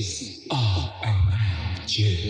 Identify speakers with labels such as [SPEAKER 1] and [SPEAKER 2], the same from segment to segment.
[SPEAKER 1] is RMG。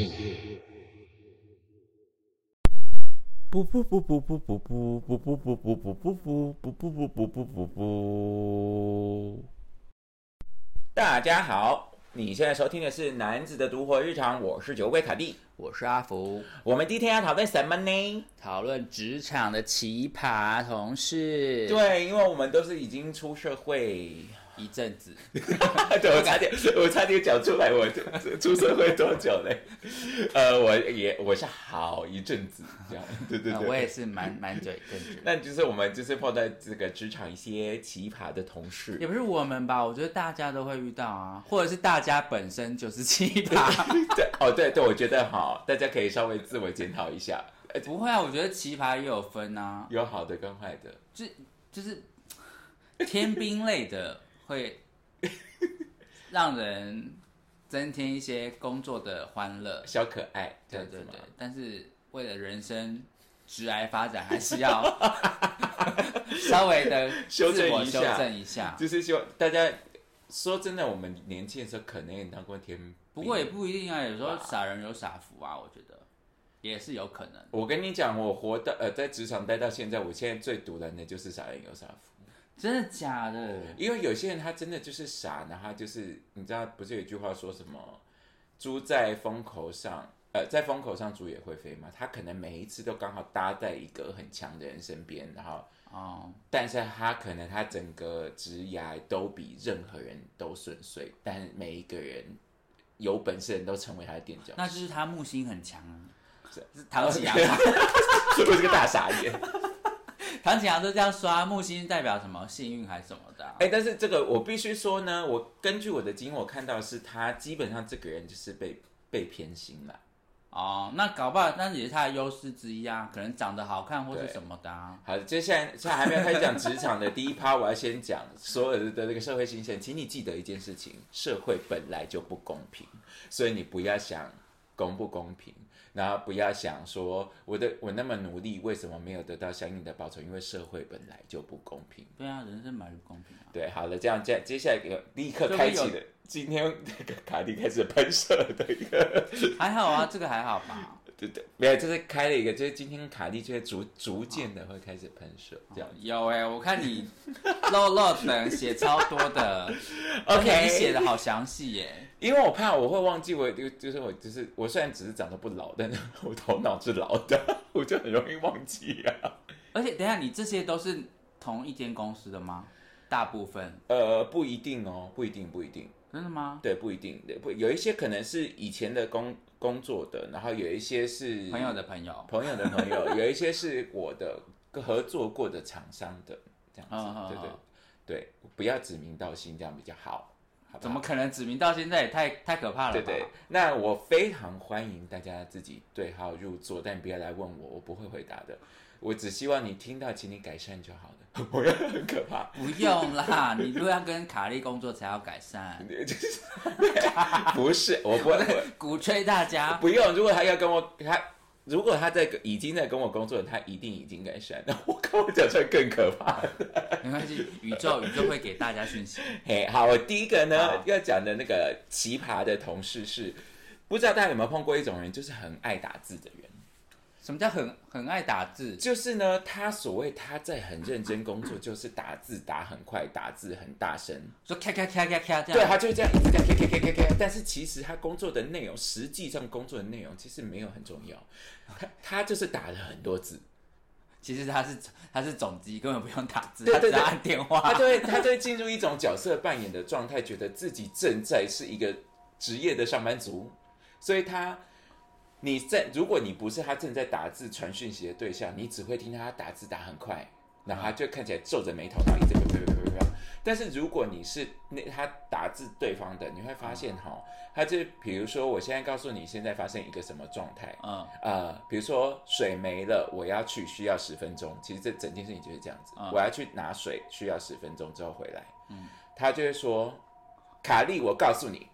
[SPEAKER 2] 不不不不不不不不不不不不不不不不不不不。大家好，你现在收听的是男子的独活日常，我是酒鬼卡蒂，
[SPEAKER 3] 我是阿福。
[SPEAKER 2] 我们今天要讨论什么呢？
[SPEAKER 3] 讨论职场的奇葩同事。
[SPEAKER 2] 对，因为我们都是已经出社会
[SPEAKER 3] 一阵子，
[SPEAKER 2] 对，我差点讲出来，我出社会多久嘞？我是好一阵子这样，对对对，
[SPEAKER 3] 我也是蛮久一阵子。
[SPEAKER 2] 那就是我们就是碰到这个职场一些奇葩的同事，
[SPEAKER 3] 也不是我们吧？我觉得大家都会遇到啊，或者是大家本身就是奇葩。
[SPEAKER 2] 对，哦对对，我觉得好，大家可以稍微自我检讨一下。
[SPEAKER 3] 不会啊，我觉得奇葩也有分啊，
[SPEAKER 2] 有好的跟坏的，
[SPEAKER 3] 就是天兵类的会让人增添一些工作的欢乐，
[SPEAKER 2] 小可爱，
[SPEAKER 3] 对对对。但是为了人生职涯发展，还是要稍微的
[SPEAKER 2] 修
[SPEAKER 3] 自我修
[SPEAKER 2] 正
[SPEAKER 3] 正一下。
[SPEAKER 2] 就是希望大家说真的，我们年轻的时候可能也当过天兵，
[SPEAKER 3] 不过也不一定啊，有时候傻人有傻福啊，我觉得也是有可能。
[SPEAKER 2] 我跟你讲，我活到在职场待到现在，我现在最毒人的就是傻人有傻福。
[SPEAKER 3] 真的假的？
[SPEAKER 2] 因为有些人他真的就是傻，然后他就是你知道，不是有一句话说什么“猪在风口上”，在风口上猪也会飞嘛？他可能每一次都刚好搭在一个很强的人身边，然后但是他可能他整个职涯都比任何人都顺遂，但每一个人有本事的人都成为他的垫脚石，
[SPEAKER 3] 那就是他木星很强啊。是唐启阳，
[SPEAKER 2] 我是个大傻眼。
[SPEAKER 3] 唐启阳都这样说，木星代表什么幸运还是什么的、啊？
[SPEAKER 2] 但是这个我必须说呢，我根据我的经验，我看到的是他基本上这个人就是被偏心了。
[SPEAKER 3] 哦，那搞不好那也是他的优势之一啊，可能长得好看或是什么的啊。
[SPEAKER 2] 好，接下来还没有开始讲职场的第一趴，我要先讲所有的那个社会新鲜，请你记得一件事情：社会本来就不公平，所以你不要想公不公平。然后不要想说我那么努力，为什么没有得到相应的报酬？因为社会本来就不公平。
[SPEAKER 3] 对啊，人生本来就不公平啊。
[SPEAKER 2] 对，好了，这样接下来立刻开启了今天那个卡蒂开始喷射的一个。
[SPEAKER 3] 还好啊，这个还好吧。
[SPEAKER 2] 对对，没有，就是开了一个，就是今天卡蒂就会逐渐的会开始喷射，这样。
[SPEAKER 3] 有我看你漏等写超多的
[SPEAKER 2] ，OK，
[SPEAKER 3] 你写的好详细耶。
[SPEAKER 2] 因为我怕我会忘记我虽然只是长得不老，但是我头脑是老的，我就很容易忘记啊。
[SPEAKER 3] 而且等一下，你这些都是同一间公司的吗？大部分？
[SPEAKER 2] 不一定哦，不一定。
[SPEAKER 3] 真的吗？
[SPEAKER 2] 对，不一定，有一些可能是以前的工作的，然后有一些是
[SPEAKER 3] 朋友的朋友，
[SPEAKER 2] 有一些是我的合作过的厂商的，这样子，对，不要指名道姓，这样比较好。
[SPEAKER 3] 怎么可能指名道姓？这也太可怕了吧？
[SPEAKER 2] 对，那我非常欢迎大家自己对号入座，但不要来问我不会回答的。我只希望你听到，请你改善就好了。我要很可怕。
[SPEAKER 3] 不用啦，你如果要跟卡莉工作才要改善。
[SPEAKER 2] 不是，我不会
[SPEAKER 3] 鼓吹大家。
[SPEAKER 2] 不用，如果他要跟我如果他已经在跟我工作，他一定已经改善了。我跟我讲出来更可怕的。
[SPEAKER 3] 没关系，宇宙会给大家讯息。
[SPEAKER 2] 嘿，好，我第一个呢要讲的那个奇葩的同事是，不知道大家有没有碰过一种人，就是很爱打字的人。
[SPEAKER 3] 什么叫很爱打字？
[SPEAKER 2] 就是呢，他在很认真工作，就是打字打很快，打字很大声，
[SPEAKER 3] 说咔咔咔咔咔这样。
[SPEAKER 2] 对，他就会这样一直在咔咔咔咔咔。但是其实他工作的内容，实际上工作的内容其实没有很重要，他就是打了很多字。
[SPEAKER 3] 其实他是总机，根本不用打字，
[SPEAKER 2] 对，
[SPEAKER 3] 他只要按电话。
[SPEAKER 2] 他就会进入一种角色扮演的状态，觉得自己正在是一个职业的上班族，所以如果你不是他正在打字传讯息的对象，你只会听他打字打很快，然后他就看起来皱着眉头，然后一直但是如果你是他打字对方的，你会发现他就比如说我现在告诉你现在发生一个什么状态，比如说水没了，我要去需要10分钟，其实这整件事情就是这样子，我要去拿水需要10分钟之后回来，他就会说卡莉，我告诉你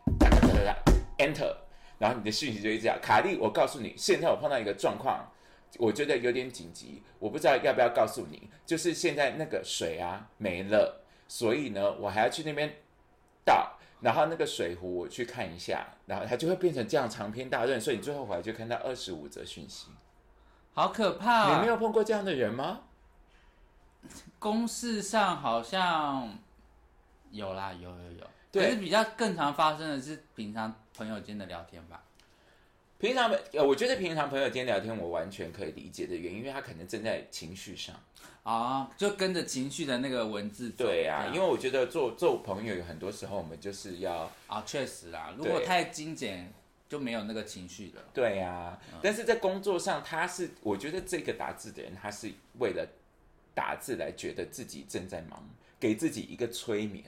[SPEAKER 2] ，Enter。然后你的讯息就一直讲，卡莉，我告诉你，现在我碰到一个状况，我觉得有点紧急，我不知道要不要告诉你，就是现在那个水没了，所以呢，我还要去那边倒， 然后那个水壶我去看一下，然后它就会变成这样长篇大论，所以你最后回来就看到25则讯息，
[SPEAKER 3] 好可怕！
[SPEAKER 2] 你没有碰过这样的人吗？
[SPEAKER 3] 公事上好像有啦，有。
[SPEAKER 2] 对，
[SPEAKER 3] 可是比较更常发生的是平常朋友间的聊天吧。
[SPEAKER 2] 平常我觉得平常朋友间聊天，我完全可以理解的原因，因为他可能正在情绪上
[SPEAKER 3] 啊，就跟着情绪的那个文字走。
[SPEAKER 2] 对啊，因为我觉得做朋友有很多时候我们就是要
[SPEAKER 3] 啊，确实啦，如果太精简就没有那个情绪了。
[SPEAKER 2] 对啊，但是在工作上，我觉得这个打字的人，他是为了打字来觉得自己正在忙，给自己一个催眠，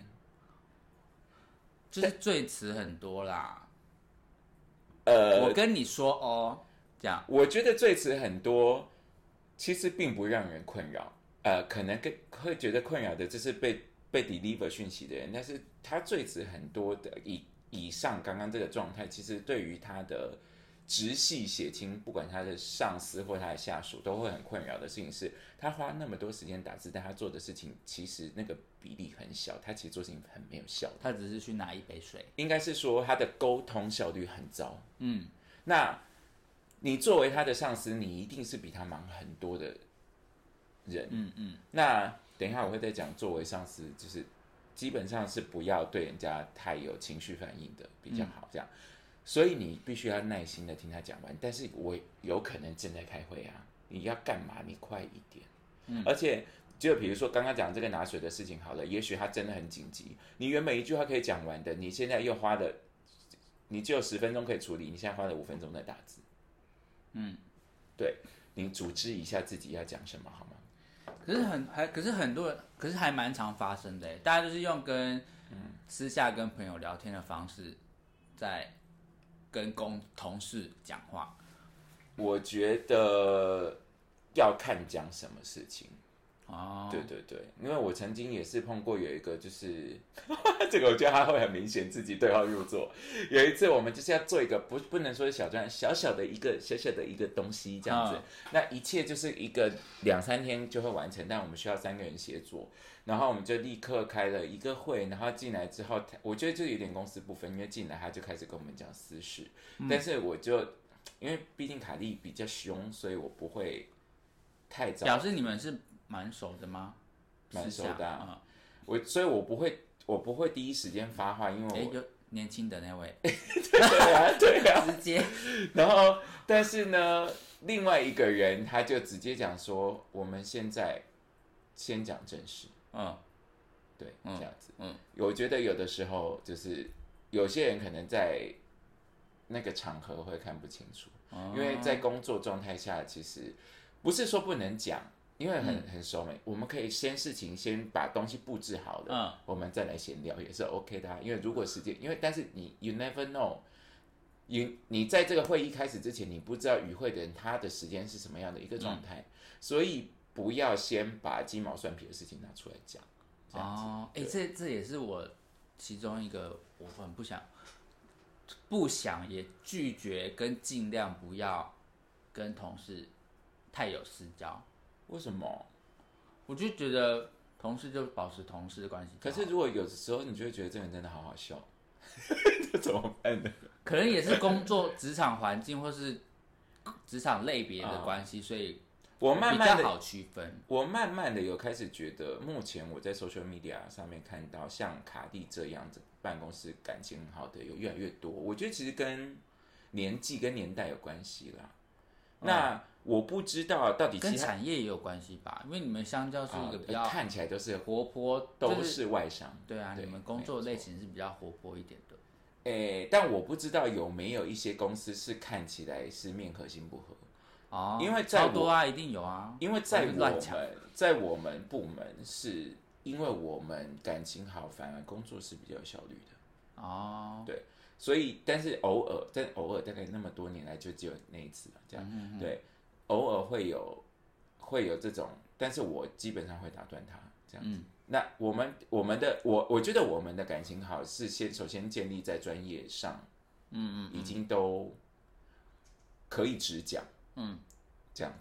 [SPEAKER 3] 就是赘词很多啦。我跟你说哦，这样。
[SPEAKER 2] 我觉得赘词很多，其实并不让人困扰。可能会觉得困扰的就是被 deliver 讯息的人，但是他赘词很多的，以上刚刚这个状态，其实对于他的直系血亲，不管他的上司或他的下属，都会很困扰的事情是，他花那么多时间打字，但他做的事情其实那个比例很小，他其实做事情很没有效率。
[SPEAKER 3] 他只是去拿一杯水，
[SPEAKER 2] 应该是说他的沟通效率很糟。那你作为他的上司，你一定是比他忙很多的人。那等一下我会再讲，作为上司就是基本上是不要对人家太有情绪反应的比较好，这样。所以你必须要耐心的听他讲完，但是我有可能正在开会啊，你要干嘛？你快一点。而且就比如说刚刚讲这个拿水的事情好了，也许他真的很紧急，你原本一句话可以讲完的，你现在又花了，你只有10分钟可以处理，你现在花了5分钟在打字。对，你组织一下自己要讲什么好吗？
[SPEAKER 3] 可是很多人，可是还蛮常发生的，大家就是用私下跟朋友聊天的方式，在跟同事讲话。
[SPEAKER 2] 我觉得要看讲什么事情。对，因为我曾经也是碰过有一个，就是这个我觉得他会很明显自己对号入座。有一次我们就是要做一个不能说是小专，小小的一个东西这样子，那一切就是一个2-3天就会完成，但我们需要3个人协作，然后我们就立刻开了一个会，然后进来之后，我觉得就有点公私不分，因为进来他就开始跟我们讲私事，但是我就因为毕竟卡莉比较凶，所以我不会太早。
[SPEAKER 3] 表示你们是蛮熟的吗？
[SPEAKER 2] 蛮熟的所以我不会第一时间发话，因为
[SPEAKER 3] 有年轻的那位，
[SPEAKER 2] 对啊，
[SPEAKER 3] 直接。
[SPEAKER 2] 然后，但是呢，另外一个人他就直接讲说，我们现在先讲正事，对，这样子，我觉得有的时候就是有些人可能在那个场合会看不清楚，因为在工作状态下，其实不是说不能讲。因为很熟嘛，我们可以先把东西布置好了，我们再来闲聊也是 OK 的因为如果时间，但是你 you never know， 你在这个会议开始之前，你不知道与会的人他的时间是什么样的一个状态，所以不要先把鸡毛蒜皮的事情拿出来讲。
[SPEAKER 3] 这也是我其中一个我很不想也拒绝跟尽量不要跟同事太有私交。
[SPEAKER 2] 为什么？
[SPEAKER 3] 我就觉得同事就保持同事的关系。
[SPEAKER 2] 可是如果有的时候你就会觉得这个人真的好好笑，这怎么办呢？
[SPEAKER 3] 可能也是工作职场环境或是职场类别的关系，所以
[SPEAKER 2] 我慢慢
[SPEAKER 3] 比较好区分。
[SPEAKER 2] 我慢慢的有开始觉得，目前我在 social media 上面看到像卡蒂这样子办公室感情很好的有越来越多。我觉得其实跟年纪跟年代有关系啦。那我不知道到底
[SPEAKER 3] 跟产业也有关系吧，因为你们相较是一个比较
[SPEAKER 2] 看起来都是
[SPEAKER 3] 活泼，
[SPEAKER 2] 都是外商。
[SPEAKER 3] 对啊，你们工作类型是比较活泼一点的。
[SPEAKER 2] 但我不知道有没有一些公司是看起来是面和心不合。因为
[SPEAKER 3] 超多啊，一定有啊。
[SPEAKER 2] 因为在我们部门是因为我们感情好，反而工作是比较有效率的。对。所以，但是偶尔大概那么多年来就只有那一次了，这样，对，偶尔会有这种，但是我基本上会打断他这样子。那我觉得我们的感情好是首先建立在专业上，已经都可以直讲，这样子。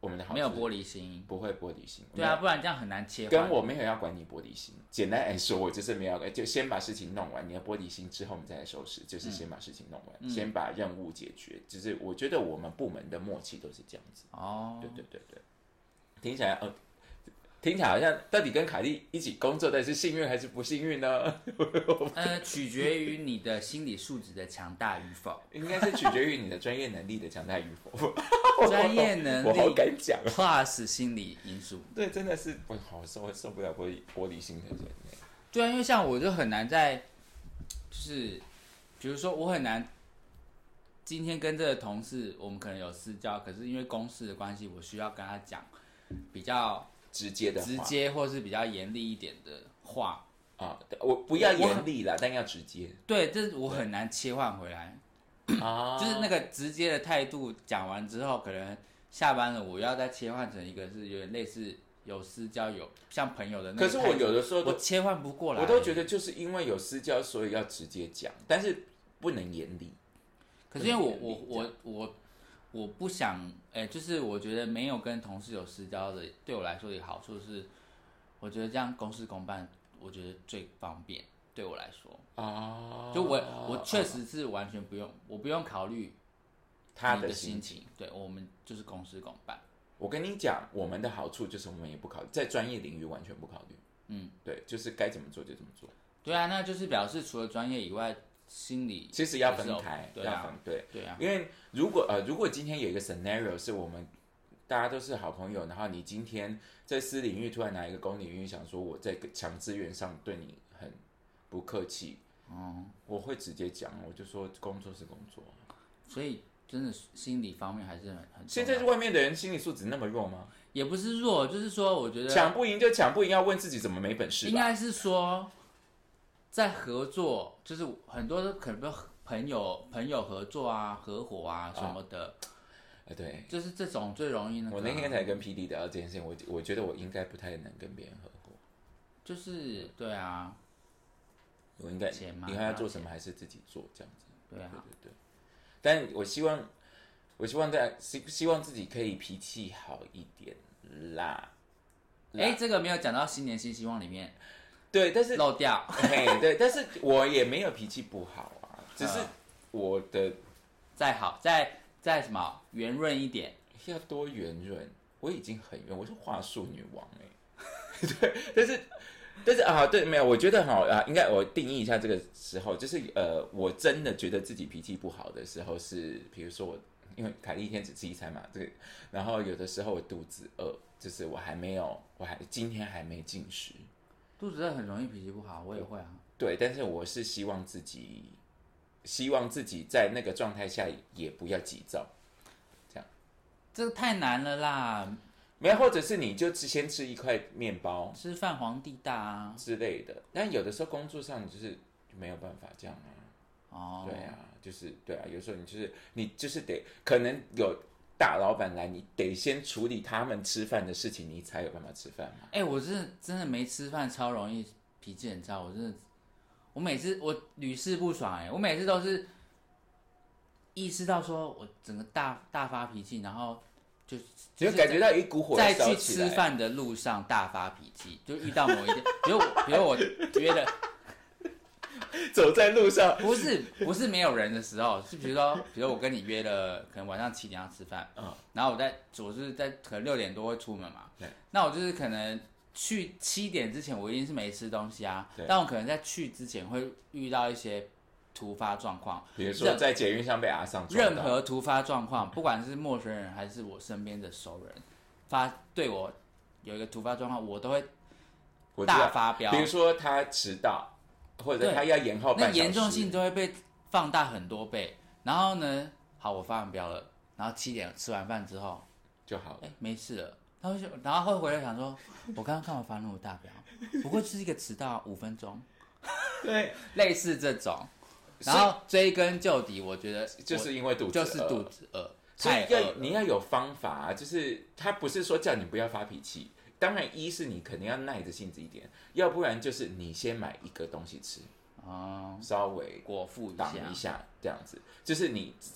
[SPEAKER 2] 我们的好处
[SPEAKER 3] 没有玻璃心，
[SPEAKER 2] 不会玻璃心。
[SPEAKER 3] 对啊，不然这样很难切换。
[SPEAKER 2] 跟我没有要管你玻璃心，简单来说，我就是没有，就先把事情弄完，你的玻璃心之后我们再来收拾，就是先把事情弄完，先把任务解决。就是我觉得我们部门的默契都是这样子。
[SPEAKER 3] 哦，
[SPEAKER 2] 对，听起来听起来好像到底跟凯莉一起工作的是幸运还是不幸运呢？
[SPEAKER 3] 取决于你的心理素质的强大与否，
[SPEAKER 2] 应该是取决于你的专业能力的强大与否。
[SPEAKER 3] 专业能力
[SPEAKER 2] 我好敢讲
[SPEAKER 3] plus 心理因素。
[SPEAKER 2] 对，真的是我好受不了玻璃心的人。
[SPEAKER 3] 对啊，因为像我就很难在，就是比如说我很难今天跟这个同事，我们可能有私交，可是因为公事的关系，我需要跟他讲比较
[SPEAKER 2] 直接
[SPEAKER 3] 或是比较严厉一点的话
[SPEAKER 2] 啊，我不要严厉啦，但要直接。
[SPEAKER 3] 对，这我很难切换回来。
[SPEAKER 2] 啊，
[SPEAKER 3] 就是那个直接的态度讲完之后，可能下班了，我要再切换成一个是有点类似有私交、有像朋友的那个。
[SPEAKER 2] 可是我有的时候
[SPEAKER 3] 我切换不过来，
[SPEAKER 2] 我都觉得就是因为有私交，所以要直接讲，但是不能严厉。
[SPEAKER 3] 可是因为我不想，就是我觉得没有跟同事有私交的，对我来说的好处是，我觉得这样公事公办，我觉得最方便。对我来说，就我确实是完全不用，我不用考虑
[SPEAKER 2] 他
[SPEAKER 3] 的
[SPEAKER 2] 心
[SPEAKER 3] 情，对我们就是公事公办。
[SPEAKER 2] 我跟你讲，我们的好处就是我们也不考虑，在专业领域完全不考虑。对，就是该怎么做就怎么做。
[SPEAKER 3] 对啊，那就是表示除了专业以外，心理
[SPEAKER 2] 其实要分开，
[SPEAKER 3] 对啊，
[SPEAKER 2] 对啊。因为如果今天有一个 scenario 是我们大家都是好朋友，然后你今天在私领域突然拿一个公领域，想说我在强资源上对你很不客气，我会直接讲，我就说工作是工作。
[SPEAKER 3] 所以真的心理方面还是很。
[SPEAKER 2] 现在外面的人心理素质那么弱吗？
[SPEAKER 3] 也不是弱，就是说我觉得
[SPEAKER 2] 抢不赢就抢不赢，要问自己怎么没本事吧。
[SPEAKER 3] 应该是说在合作，就是很多可能朋友合作啊、合伙啊什么的。
[SPEAKER 2] 对，
[SPEAKER 3] 就是这种最容易
[SPEAKER 2] 我那天才跟 PD 聊到这件事情，我觉得我应该不太能跟别人合伙。
[SPEAKER 3] 就是对啊，
[SPEAKER 2] 我应该以后要做什么还是自己做这样子。
[SPEAKER 3] 对啊，
[SPEAKER 2] 对。但我希望希望自己可以脾气好一点啦。
[SPEAKER 3] 这个没有讲到新年新希望里面。
[SPEAKER 2] 对，但是
[SPEAKER 3] 漏掉。
[SPEAKER 2] 对，但是我也没有脾气不好啊，只是我的再什么圆润一点， 要多圆润。我已经很圆，我是话术女王对，但是啊，对，没有，我觉得应该我定义一下这个时候，就是我真的觉得自己脾气不好的时候是，比如说因为凯莉一天只吃一餐嘛，然后有的时候我肚子饿，就是今天还没进食，
[SPEAKER 3] 肚子饿很容易脾气不好，我也会啊。
[SPEAKER 2] 对，但是我是希望自己在那个状态下也不要急躁，这样。
[SPEAKER 3] 这个太难了啦。
[SPEAKER 2] 没有，或者是你就先吃一块面包，
[SPEAKER 3] 吃饭皇帝大啊
[SPEAKER 2] 之类的。但有的时候工作上你就是没有办法这样
[SPEAKER 3] 啊。
[SPEAKER 2] 对啊，就是对啊，有时候你就是得可能有大老板来，你得先处理他们吃饭的事情，你才有办法吃饭嘛。
[SPEAKER 3] 我真的没吃饭超容易脾气很差，我每次我屡试不爽我每次都是意识到说我整个大发脾气，然后就
[SPEAKER 2] 感觉到一股火
[SPEAKER 3] 在去吃饭的路上大发脾气，就遇到某一天，比如我约了，
[SPEAKER 2] 走在路上，
[SPEAKER 3] 不是没有人的时候，是比如我跟你约了，可能晚上7点要吃饭，然后我是在可能6点多会出门嘛，那我就是可能去7点之前，我一定是没吃东西啊，但我可能在去之前会遇到一些突发状况，
[SPEAKER 2] 比如说在捷运上被阿桑撞到，
[SPEAKER 3] 任何突发状况，不管是陌生人还是我身边的熟人，对我有一个突发状况，我都会大发飙。
[SPEAKER 2] 比如说他迟到，或者他要延后半小时，
[SPEAKER 3] 那严重性都会被放大很多倍。然后呢，好，我发完飙了，然后7点吃完饭之后
[SPEAKER 2] 就好了，
[SPEAKER 3] 没事了。然后会回来想说，我刚刚干嘛发那么大飙？不过就是一个迟到5分钟，
[SPEAKER 2] 对，
[SPEAKER 3] 类似这种。然后追根究底，我觉得
[SPEAKER 2] 就是因为肚子
[SPEAKER 3] 饿，
[SPEAKER 2] 所以你要有方法就是他不是说叫你不要发脾气，当然一是你肯定要耐着性子一点，要不然就是你先买一个东西吃，稍微
[SPEAKER 3] 果腹
[SPEAKER 2] 挡一下这样子，就是你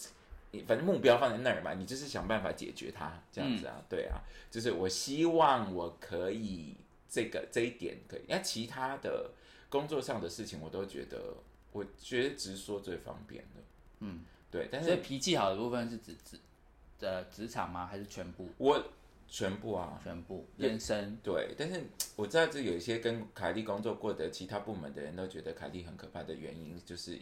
[SPEAKER 2] 反正目标放在那儿嘛，你就是想办法解决它，这样子啊，对啊，就是我希望我可以这一点可以，那其他的工作上的事情，我觉得直说最方便的，对，但是
[SPEAKER 3] 所以脾气好的部分是指职场吗？还是全部？
[SPEAKER 2] 我全部啊，
[SPEAKER 3] 全部人生。
[SPEAKER 2] 对，但是我知道这有一些跟凯莉工作过的其他部门的人都觉得凯莉很可怕的原因，就是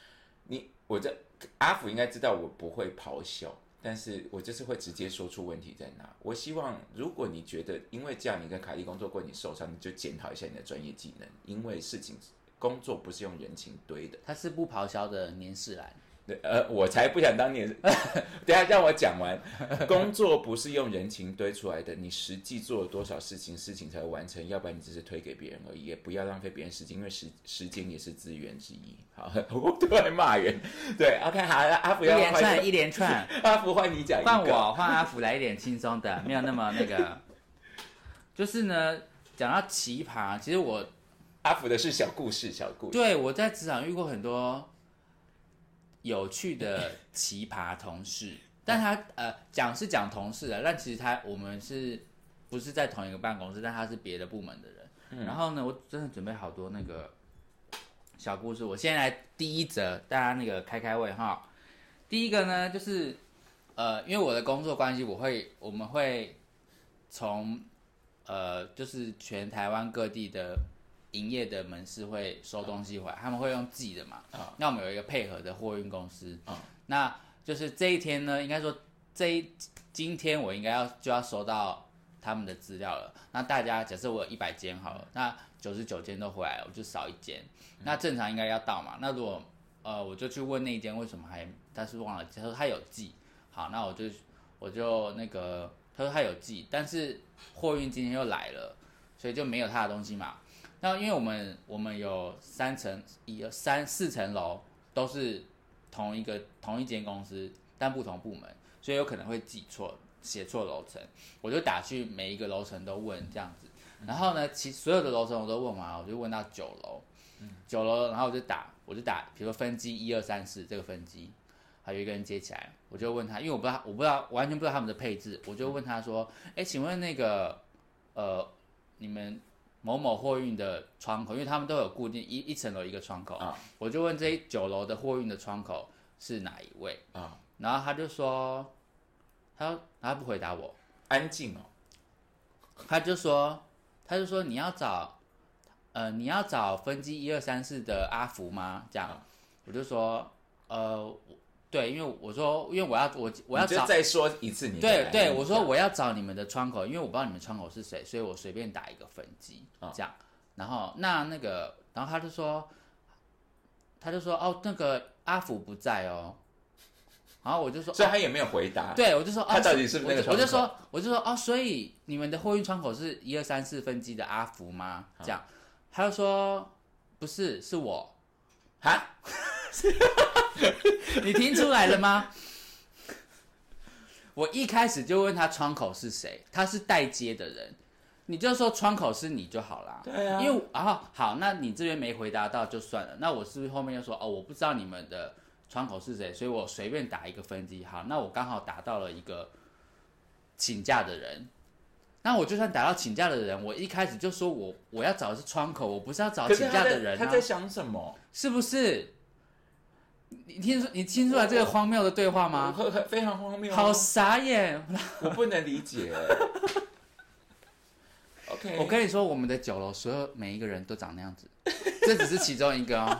[SPEAKER 2] 阿福应该知道我不会咆哮，但是我就是会直接说出问题在哪。我希望如果你觉得因为这样你跟凯莉工作过你受伤，你就检讨一下你的专业技能，因为工作不是用人情堆的。
[SPEAKER 3] 他是不咆哮的年世兰。
[SPEAKER 2] 对，我才不想当年。等一下让我讲完。工作不是用人情堆出来的，你实际做了多少事情才会完成，要不然你只是推给别人而已。也不要浪费别人时间，因为时间也是资源之一。好，我都在骂人。对 ，OK， 好，阿福要
[SPEAKER 3] 一连串，
[SPEAKER 2] 阿福换你讲一个，
[SPEAKER 3] 换阿福来一点轻松的，没有那么那个。就是呢，讲到奇葩，其实
[SPEAKER 2] 阿福的是小故事。
[SPEAKER 3] 对，我在职场遇过很多有趣的奇葩同事，但他讲同事的，但其实我们不是在同一个办公室，但他是别的部门的人。然后呢，我真的准备好多那个小故事，我先来第一则，大家那个开胃哈。第一个呢，就是因为我的工作关系，我们会从就是全台湾各地的营业的门市会收东西回来，他们会用寄的嘛。那我们有一个配合的货运公司。那就是这一天呢，应该说今天我应该就要收到他们的资料了。那大家假设我有100间好了，那99间都回来了，我就少1间。那正常应该要到嘛。那如果我就去问那一间为什么他是忘了，他说他有寄。好，那我就那个他说他有寄，但是货运今天又来了，所以就没有他的东西嘛。那因为我们有4层楼都是同一间公司，但不同部门，所以有可能会写错楼层。我就打去每一个楼层都问这样子，然后呢，所有的楼层我都问完，我就问到9楼，9楼，然后我就打，比如说分机1、2、3、4这个分机，还有一个人接起来，我就问他，因为我完全不知道他们的配置，我就问他说，请问那个你们某某货运的窗口，因为他们都有固定一层楼一个窗口，我就问这9楼的货运的窗口是哪一位然后他就说，他不回答我，
[SPEAKER 2] 安静哦，
[SPEAKER 3] 他就说你要找分机1、2、3、4的阿福吗？这样，我就说对，因为我要找，
[SPEAKER 2] 你就再说一次你
[SPEAKER 3] 对，我说我要找你们的窗口，因为我不知道你们窗口是谁，所以我随便打一个分机这样。然后然后他就说那个阿福不在哦。然后我就说，
[SPEAKER 2] 所以他也没有回答。
[SPEAKER 3] 对，我就说
[SPEAKER 2] 他到底是不是那个窗口？
[SPEAKER 3] 我就说所以你们的货运窗口是1、2、3、4分机的阿福吗？这样，他就说不是，是我。哈？你听出来了吗？我一开始就问他窗口是谁，他是代接的人，你就说窗口是你就好啦。
[SPEAKER 2] 对啊。
[SPEAKER 3] 因为好，那你这边没回答到就算了，那我是不是后面又说我不知道你们的窗口是谁，所以我随便打一个分机。好，那我刚好打到了一个请假的人。那我就算打到请假的人，我一开始就说我要找的是窗口，我不是要找请假的人
[SPEAKER 2] 他在想什么？
[SPEAKER 3] 是不是？你听出来这个荒谬的对话吗？
[SPEAKER 2] 非常荒谬，
[SPEAKER 3] 好傻眼，
[SPEAKER 2] 我不能理解。OK，
[SPEAKER 3] 我跟你说，我们的9楼每一个人都长那样子，这只是其中一个哦。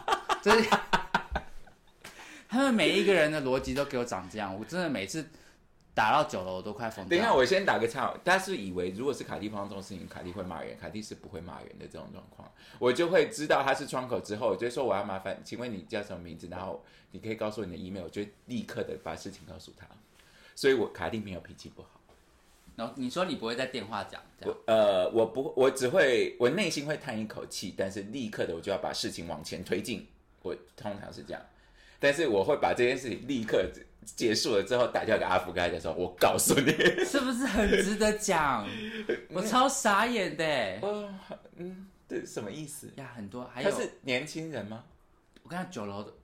[SPEAKER 3] 他们每一个人的逻辑都给我长这样，我真的每次打到9楼我都快疯掉。
[SPEAKER 2] 等一下，我先打个岔。大家是以为如果是凯蒂碰到这种事情，凯蒂会骂人，凯蒂是不会骂人的这种状况。我就会知道他是窗口之后，我就说我要麻烦，请问你叫什么名字？然后你可以告诉我你的 email， 我就立刻的把事情告诉他。所以凯蒂没有脾气不好。
[SPEAKER 3] 然后你说你不会在电话讲，
[SPEAKER 2] 我不，我只会，我内心会叹一口气，但是立刻的我就要把事情往前推进。我通常是这样，但是我会把这件事情立刻结束了之后打电话给阿福，跟他讲说：“我告诉你，
[SPEAKER 3] 是不是很值得讲？我超傻眼的。”
[SPEAKER 2] 对，什么意思
[SPEAKER 3] 呀？很多，还有
[SPEAKER 2] 他是年轻人吗？
[SPEAKER 3] 我跟他9楼的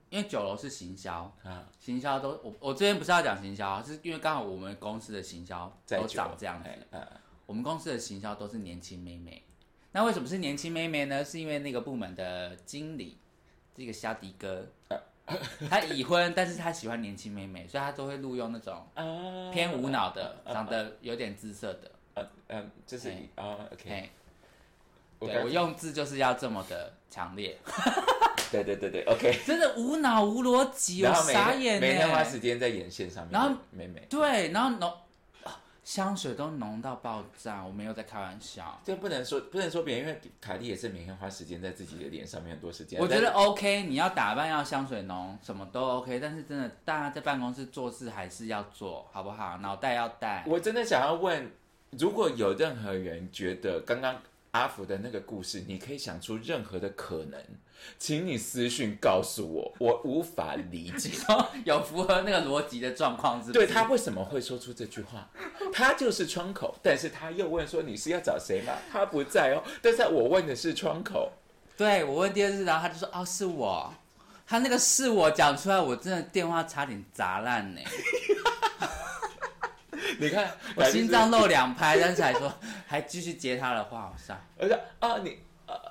[SPEAKER 3] 因为酒楼是行销，
[SPEAKER 2] 啊，
[SPEAKER 3] 行销都我这边不是要讲行销，是因为刚好我们公司的行销都长这样子。我们公司的行销都是年轻妹妹。那为什么是年轻妹妹呢？是因为那个部门的经理，这个肖迪哥，他已婚，但是他喜欢年轻妹妹，所以他都会录用那种偏无脑的，长得有点姿色的。
[SPEAKER 2] 就是OK。
[SPEAKER 3] 对，我用字就是要这么的强烈。
[SPEAKER 2] 对 ，OK。
[SPEAKER 3] 真的无脑无逻辑，我傻眼。
[SPEAKER 2] 每天花时间在眼线上面。
[SPEAKER 3] 然后
[SPEAKER 2] 妹妹。
[SPEAKER 3] 对，然后香水都浓到爆炸，我没有在开玩笑。
[SPEAKER 2] 这不能说别人，因为凯莉也是每天花时间在自己的脸上面很多时间。
[SPEAKER 3] 我觉得 OK， 你要打扮要香水浓，什么都 OK， 但是真的大家在办公室做事还是要做，好不好？脑袋要带。
[SPEAKER 2] 我真的想要问，如果有任何人觉得刚刚阿福的那个故事，你可以想出任何的可能，请你私讯告诉我，我无法理解。
[SPEAKER 3] 有符合那个逻辑的状况是不是？
[SPEAKER 2] 对，他为什么会说出这句话？他就是窗口，但是他又问说你是要找谁吗？他不在哦，但是我问的是窗口。
[SPEAKER 3] 对，我问第二次，然后他就说是我。他那个是我讲出来，我真的电话差点砸烂呢。
[SPEAKER 2] 你看，
[SPEAKER 3] 我心脏漏2拍，但是还继续接他的话，我傻。
[SPEAKER 2] 我说你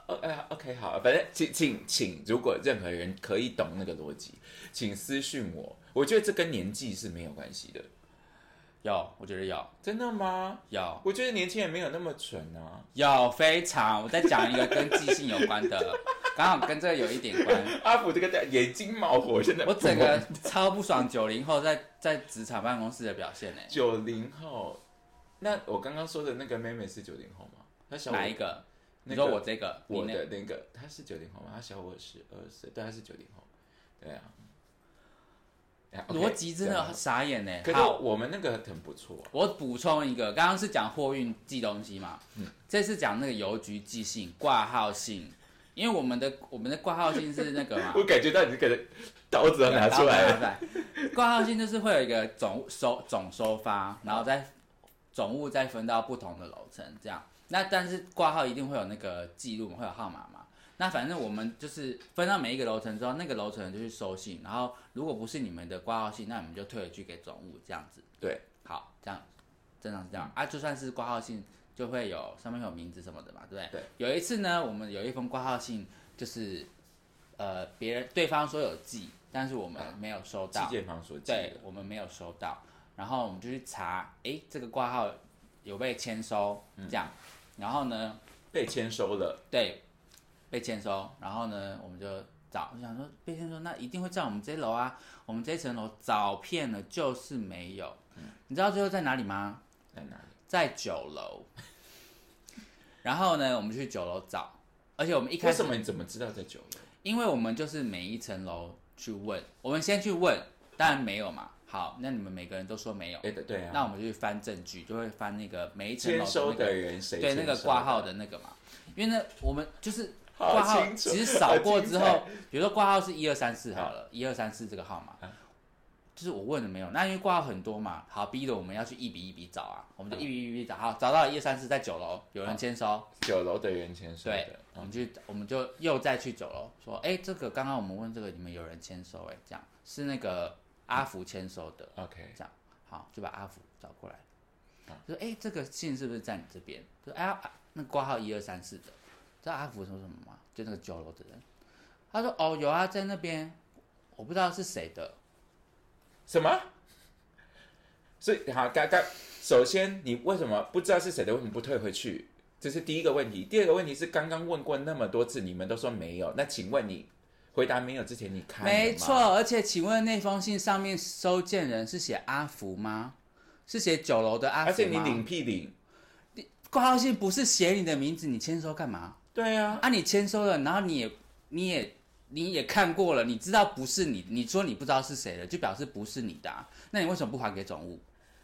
[SPEAKER 2] OK 好，反正请，如果任何人可以懂那个逻辑，请私讯我。我觉得这跟年纪是没有关系的。
[SPEAKER 3] 我觉得有。
[SPEAKER 2] 真的吗？
[SPEAKER 3] 有。
[SPEAKER 2] 我觉得年轻人没有那么蠢啊。
[SPEAKER 3] 有，非常。我再讲一个跟记性有关的，刚好跟这个有一点关。
[SPEAKER 2] 阿福这个眼睛冒火，现在
[SPEAKER 3] 我整个超不爽90后在职场办公室的表现呢。
[SPEAKER 2] 90后，那我刚刚说的那个妹妹是90后吗？她小我
[SPEAKER 3] 哪一个？你说我这个？
[SPEAKER 2] 我的那个，她是90后吗？她小我12岁，对，她是90后，对啊。
[SPEAKER 3] 逻辑真的傻眼呢。
[SPEAKER 2] 可是我们那个很不错。
[SPEAKER 3] 我补充一个，刚刚是讲货运寄东西嘛，这次讲那个邮局寄信挂号信，因为我们的挂号信是那个嘛，
[SPEAKER 2] 我感觉到你这个刀子要拿出来了。
[SPEAKER 3] 挂号信就是会有一个总收发，然后再总务再分到不同的楼层这样。那但是挂号一定会有那个记录，会有号码嘛。那反正我们就是分到每一个楼层之后，那个楼层就去收信，然后如果不是你们的挂号信，那你们就退回去给总务这样子。
[SPEAKER 2] 对，
[SPEAKER 3] 好，这样正常是这样啊。就算是挂号信，就会有上面有名字什么的嘛，对不对？对。有一次呢，我们有一封挂号信，就是对方说有寄，但是我们没有收到。
[SPEAKER 2] 寄件方所寄。
[SPEAKER 3] 对，我们没有收到，然后我们就去查，这个挂号有被签收，这样，然后呢，
[SPEAKER 2] 被签收了。
[SPEAKER 3] 对。被签收，然后呢，我们就找，想说被签收，那一定会在我们这楼啊，我们这层楼找遍了，就是没有。你知道最后在哪里吗？
[SPEAKER 2] 在哪里？
[SPEAKER 3] 在9楼。然后呢，我们去9楼找，而且我们一开始
[SPEAKER 2] 为什么你怎么知道在9楼？
[SPEAKER 3] 因为我们就是每一层楼去问，我们先去问，当然没有嘛。好，那你们每个人都说没有，
[SPEAKER 2] 对啊。
[SPEAKER 3] 那我们就去翻证据，就会翻那个每一层楼
[SPEAKER 2] 签收的人谁？
[SPEAKER 3] 对，那个挂号的那个嘛，因为呢，我们就是。挂号其实扫过之后，比如说挂号是1234好了，1234这个号码，就是我问了没有？那因为挂号很多嘛，好逼的我们要去一笔一笔找啊，我们就一笔一笔找，好找到了1234在9楼，有人签收
[SPEAKER 2] ，9楼的人签收，
[SPEAKER 3] 对，我们就又再去9楼说，这个刚刚我们问这个你们有人签收，这样是那个阿福签收的
[SPEAKER 2] ，OK，
[SPEAKER 3] 这样好就把阿福找过来，就说这个信是不是在你这边？就那挂号1234的。知道阿福说什么吗？就那个9楼的人，他说有啊，在那边，我不知道是谁的。
[SPEAKER 2] 什么？所以好，首先你为什么不知道是谁的？为什么不退回去？这是第一个问题。第二个问题是，刚刚问过那么多次，你们都说没有，那请问你回答没有之前，你看了吗？
[SPEAKER 3] 没错，而且请问那封信上面收件人是写阿福吗？是写9楼的阿福吗？
[SPEAKER 2] 而且你领屁领，
[SPEAKER 3] 挂号信不是写你的名字，你签收干嘛？
[SPEAKER 2] 对啊，
[SPEAKER 3] 你签收了，然后你也看过了，你知道不是你，你说你不知道是谁的，就表示不是你的那你为什么不还给总务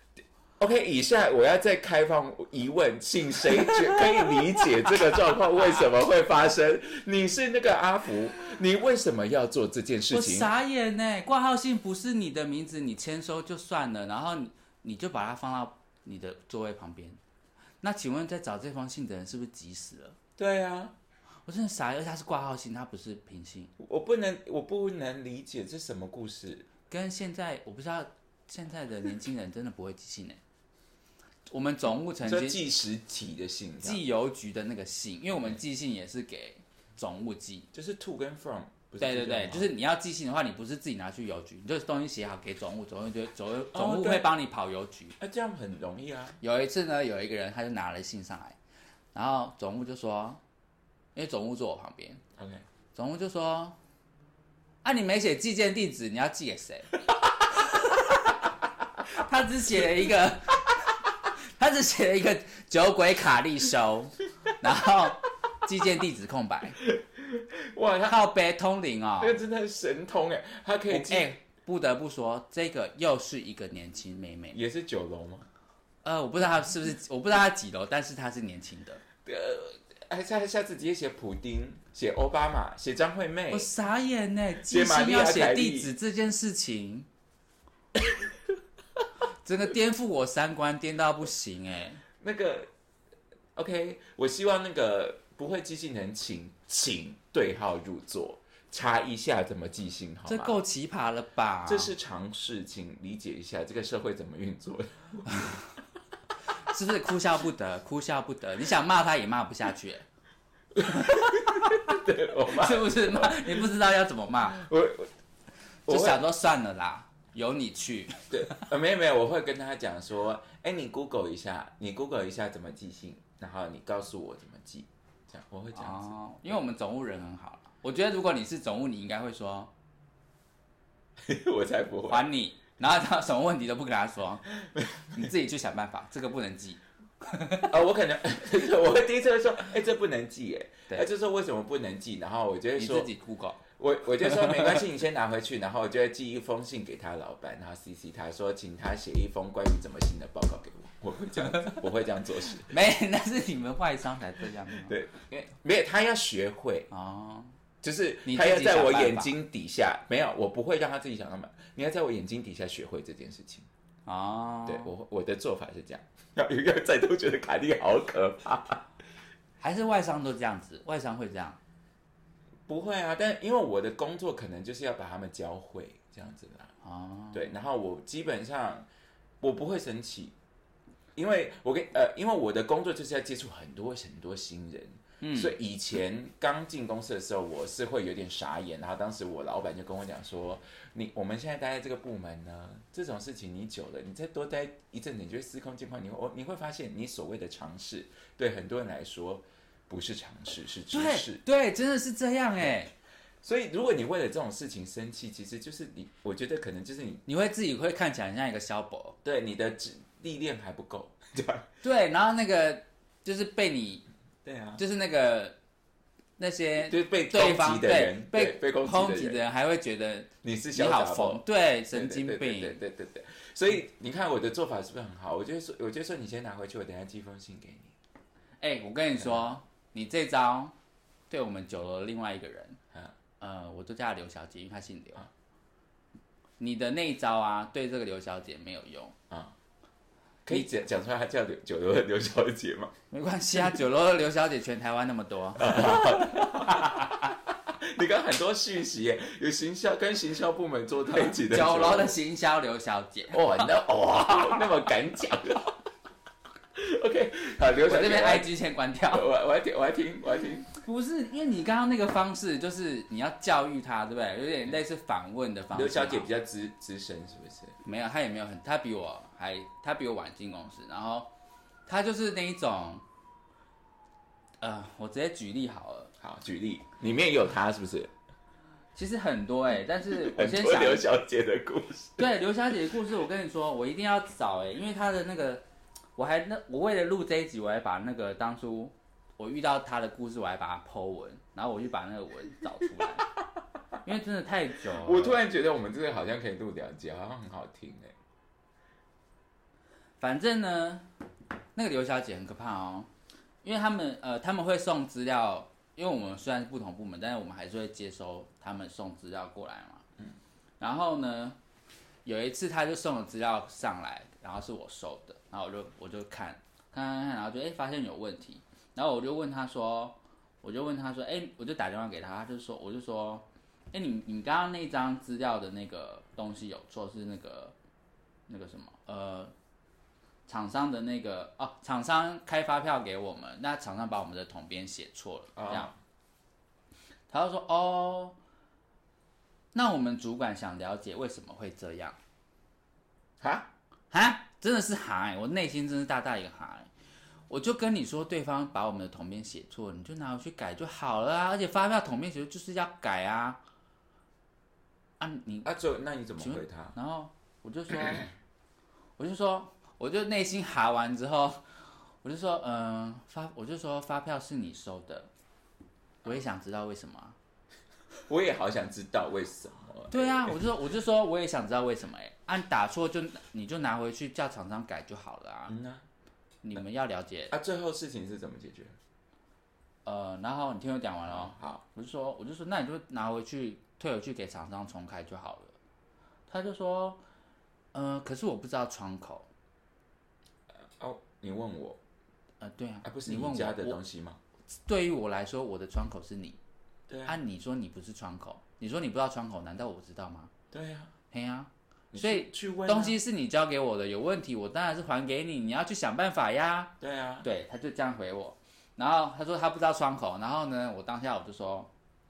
[SPEAKER 2] ？OK， 以下我要再开放疑问，请谁可以理解这个状况为什么会发生？你是那个阿福，你为什么要做这件事情？
[SPEAKER 3] 我傻眼呢，挂号信不是你的名字，你签收就算了，然后你就把它放到你的座位旁边。那请问在找这封信的人是不是急死了？
[SPEAKER 2] 对啊，
[SPEAKER 3] 我真的傻眼，而且它是挂号信，它不是平信。
[SPEAKER 2] 我不能理解这什么故事。
[SPEAKER 3] 跟现在我不知道现在的年轻人真的不会寄信哎。我们总务曾经
[SPEAKER 2] 寄实体的信，
[SPEAKER 3] 寄邮局的那个信，因为我们寄信也是给总务寄，
[SPEAKER 2] 就是 to 跟 from。
[SPEAKER 3] 对对，就是你要寄信的话，你不是自己拿去邮局，你就是东西写好给总务，总务会帮你跑邮局。
[SPEAKER 2] 这样很容易啊。
[SPEAKER 3] 有一次呢，有一个人他就拿了信上来，然后总务就说，因为总务坐我旁边
[SPEAKER 2] ，OK，
[SPEAKER 3] 总务就说，你没写寄件地址，你要寄给谁？他只写了一个酒鬼卡利收，然后寄件地址空白。
[SPEAKER 2] 哇，
[SPEAKER 3] 靠北通灵哦，
[SPEAKER 2] 这个真的神通哎，他可以寄。
[SPEAKER 3] 不得不说，这个又是一个年轻妹妹，
[SPEAKER 2] 也是9楼吗？
[SPEAKER 3] 我不知道她是不是，我不知道她几楼，但是她是年轻的。
[SPEAKER 2] 下次直接写普丁，写奥巴马，写张惠妹。
[SPEAKER 3] 我傻眼呢，寄信要写地址这件事情，整个颠覆我三观，颠到不行哎。
[SPEAKER 2] 那个 ，OK， 我希望那个不会寄信的人请对号入座，查一下怎么寄信好吗？
[SPEAKER 3] 这够奇葩了吧？
[SPEAKER 2] 这是常识，请理解一下这个社会怎么运作的。
[SPEAKER 3] 是不是哭笑不得？哭笑不得，你想骂他也骂不下去。
[SPEAKER 2] 对，我骂
[SPEAKER 3] 是不是骂？你不知道要怎么骂，
[SPEAKER 2] 我
[SPEAKER 3] 就想说算了啦，由你去。
[SPEAKER 2] 对，没有，我会跟他讲说，你 Google 一下怎么寄信，然后你告诉我怎么寄，这样我会这样子。
[SPEAKER 3] 因为我们总务人很好啦，我觉得如果你是总务，你应该会说，
[SPEAKER 2] 我才不会
[SPEAKER 3] 还你。然后他什么问题都不跟他说，你自己去想办法，这个不能寄。
[SPEAKER 2] 我可能我会第一次会说，这不能寄
[SPEAKER 3] 对，
[SPEAKER 2] 就说为什么不能寄，然后我就会说
[SPEAKER 3] 你自己 Google，
[SPEAKER 2] 我就说没关系，你先拿回去，然后我就会寄一封信给他老板，然后 CC 他说，请他写一封关于怎么信的报告给我，我会这样做事。
[SPEAKER 3] 没，那是你们外商才这样吗？
[SPEAKER 2] 对，因为没有他要学会就是他要在我眼睛底下，没有，我不会让他自己想办法，你要在我眼睛底下学会这件事情。对，我的做法是这样。要再都觉得凯莉好可怕，
[SPEAKER 3] 还是外商都这样子？外商会这样？
[SPEAKER 2] 不会啊，但因为我的工作可能就是要把他们教会这样子啦。对，然后我基本上我不会生气，因为因为我的工作就是要接触很多新人。所以以前刚进公司的时候，我是会有点傻眼，然后当时我老板就跟我讲说，我们现在待在这个部门呢，这种事情你久了，你再多待一阵子，你就会司空见惯，你会发现你所谓的常识，对很多人来说不是常识，是知识。
[SPEAKER 3] 对，真的是这样哎。
[SPEAKER 2] 所以如果你为了这种事情生气，其实就是我觉得可能就是
[SPEAKER 3] 你会自己会看起来像一个小宝，
[SPEAKER 2] 对，你的历练还不够，对吧？
[SPEAKER 3] 对，然后那个就是被你。
[SPEAKER 2] 对啊，
[SPEAKER 3] 就是那些
[SPEAKER 2] 就是被
[SPEAKER 3] 对方
[SPEAKER 2] 攻击的人，
[SPEAKER 3] 被攻击的人还会觉得
[SPEAKER 2] 你是
[SPEAKER 3] 你好疯，对，神经病，
[SPEAKER 2] 对。所以你看我的做法是不是很好？我就说你先拿回去，我等一下寄封信给你。
[SPEAKER 3] 我跟你说，你这招对我们9楼的另外一个人，我都叫她刘小姐，因为她姓刘。你的那一招啊，对这个刘小姐没有用啊。
[SPEAKER 2] 可以讲出来，她叫9楼的刘小姐吗？
[SPEAKER 3] 没关系啊，9楼的刘小姐全台湾那么多。
[SPEAKER 2] 你刚很多讯息耶，有跟行销部门做在一起的。
[SPEAKER 3] 9楼的行销刘小姐。
[SPEAKER 2] 那么敢讲。OK， 好，刘小姐，
[SPEAKER 3] 我这边 IG 先关掉。
[SPEAKER 2] 我还听。
[SPEAKER 3] 不是，因为你刚刚那个方式，就是你要教育她，对不对？有点类似反问的方式。
[SPEAKER 2] 刘小姐比较资深，是不是？
[SPEAKER 3] 没有，她也没有她比我晚进公司，然后她就是那一种，我直接举例好了。
[SPEAKER 2] 好，举例，里面也有她，是不是？
[SPEAKER 3] 其实很多但是我先
[SPEAKER 2] 很多刘小姐的故事。
[SPEAKER 3] 对，刘小姐的故事，我跟你说，我一定要找因为她的那个，我为了录这一集，我还把那个当初我遇到她的故事，我还把它 po 文，然后我去把那个文找出来，因为真的太久了。
[SPEAKER 2] 我突然觉得我们这个好像可以录2集，好像很好听
[SPEAKER 3] 反正呢，那个刘小姐很可怕哦，因为他们会送资料，因为我们虽然是不同部门，但是我们还是会接收他们送资料过来嘛。然后呢，有一次他就送了资料上来，然后是我收的，然后我就看，然后就发现有问题，然后我就问他说， 我就问他说，我就打电话给他，我就说，你刚刚那张资料的那个东西有错，是那个什么，厂商的那个厂商开发票给我们，那厂商把我们的统编写错了，这样，他就说那我们主管想了解为什么会这样，真的是我内心真是大大一个我就跟你说，对方把我们的统编写错，你就拿回去改就好了啊，而且发票统编写错就是要改啊，那
[SPEAKER 2] 你怎么回他？
[SPEAKER 3] 然后我就说，我就内心完之后，我就说发票是你收的，我也想知道为什么啊。
[SPEAKER 2] 我也好想知道为什么。
[SPEAKER 3] 对啊，我就说我也想知道为什么按打错你就拿回去叫厂商改就好了啊。你们要了解。
[SPEAKER 2] 最后事情是怎么解决？
[SPEAKER 3] 然后你听我讲完了。
[SPEAKER 2] 好，
[SPEAKER 3] 我就说那你就拿回去退回去给厂商重开就好了。他就说，可是我不知道窗口。
[SPEAKER 2] 你问我？
[SPEAKER 3] 对啊。
[SPEAKER 2] 不是你家的东西吗？
[SPEAKER 3] 对于我来说，我的窗口是你。
[SPEAKER 2] 对啊。
[SPEAKER 3] 你说你不是窗口，你说你不知道窗口，难道我不知道吗？
[SPEAKER 2] 对啊。
[SPEAKER 3] 嘿啊。所以
[SPEAKER 2] 去问
[SPEAKER 3] 东西是你交给我的，有问题我当然是还给你，你要去想办法呀。
[SPEAKER 2] 对啊。
[SPEAKER 3] 对，他就这样回我，然后他说他不知道窗口，然后呢，我当下我就说